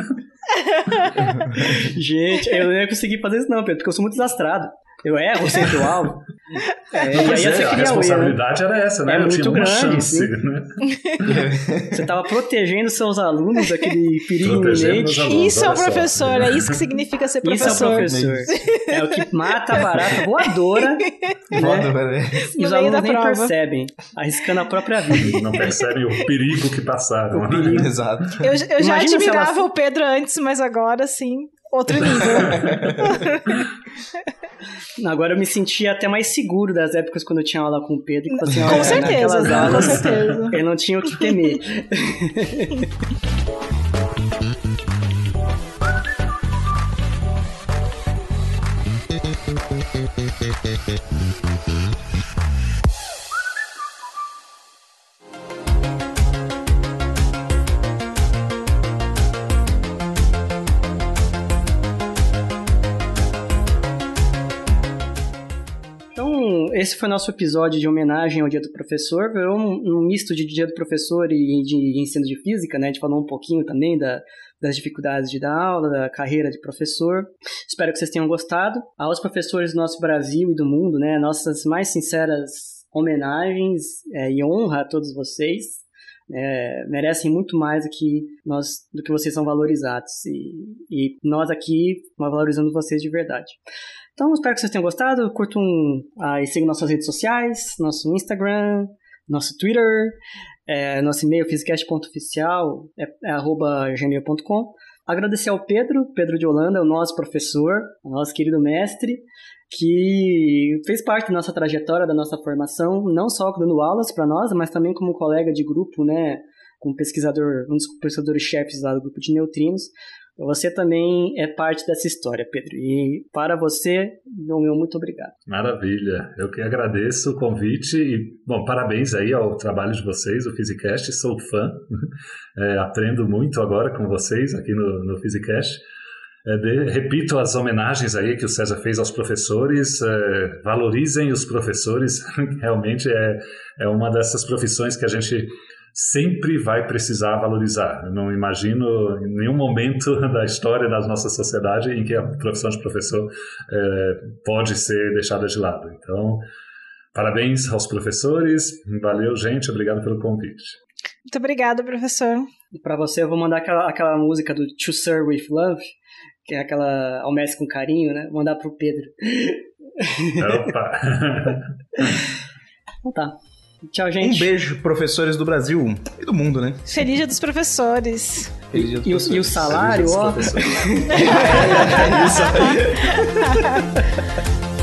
Gente, eu não ia conseguir fazer isso não, Pedro, porque eu sou muito desastrado. Eu erro sempre o alvo. É, não, mas e aí é, a responsabilidade era essa, né? É eu muito tinha uma grande, chance, né? Você estava protegendo seus alunos daquele perigo iminente. Isso é um professor, é isso que significa ser professor. Isso é um professor. É o que mata a barata voadora, né? E os alunos nem prova. percebem, arriscando a própria vida. Não percebem o perigo que passaram. O perigo. Né? Exato. Eu, eu já admirava ela... o Pedro antes, mas agora sim, outro nível. Agora eu me sentia até mais seguro das épocas quando eu tinha aula com o Pedro. Que, assim, com certeza, aulas, com certeza. Eu não tinha o que temer. Esse foi nosso episódio de homenagem ao Dia do Professor. Foi um, um misto de Dia do Professor e de ensino de física, né? A gente falou um pouquinho também da, das dificuldades de dar aula, da carreira de professor. Espero que vocês tenham gostado. Aos professores do nosso Brasil e do mundo, né? Nossas mais sinceras homenagens é, e honra a todos vocês. É, merecem muito mais do que, nós, do que vocês são valorizados. E, e nós aqui valorizando vocês de verdade. Então, espero que vocês tenham gostado. Curtam ah, e sigam nossas redes sociais, nosso Instagram, nosso Twitter, é, nosso e-mail fisicast ponto oficial, é, é arroba gmail ponto com. Agradecer ao Pedro, Pedro de Holanda, o nosso professor, o nosso querido mestre, que fez parte da nossa trajetória, da nossa formação, não só dando aulas para nós, mas também como colega de grupo, né, como pesquisador, um dos pesquisadores-chefes lá do grupo de neutrinos. Você também é parte dessa história, Pedro. E para você, meu muito obrigado. Maravilha. Eu que agradeço o convite e, bom, parabéns aí ao trabalho de vocês, o Physicast. Sou fã. É, aprendo muito agora com vocês aqui no, no Physicast. É, de, repito as homenagens aí que o César fez aos professores. É, valorizem os professores. Realmente é, é uma dessas profissões que a gente sempre vai precisar valorizar. Eu não imagino em nenhum momento da história da nossa sociedade em que a profissão de professor é, pode ser deixada de lado. Então, parabéns aos professores. Valeu, gente. Obrigado pelo convite. Muito obrigada, professor. E para você, eu vou mandar aquela, aquela música do To Serve With Love, que é aquela ao mestre com carinho, né? Vou mandar pro Pedro. Opa! Então tá. Tchau, gente. Um beijo, professores do Brasil e do mundo, né? Feliz Dia dos Professores. Feliz Dia dos e, professores. O, e o salário, ó.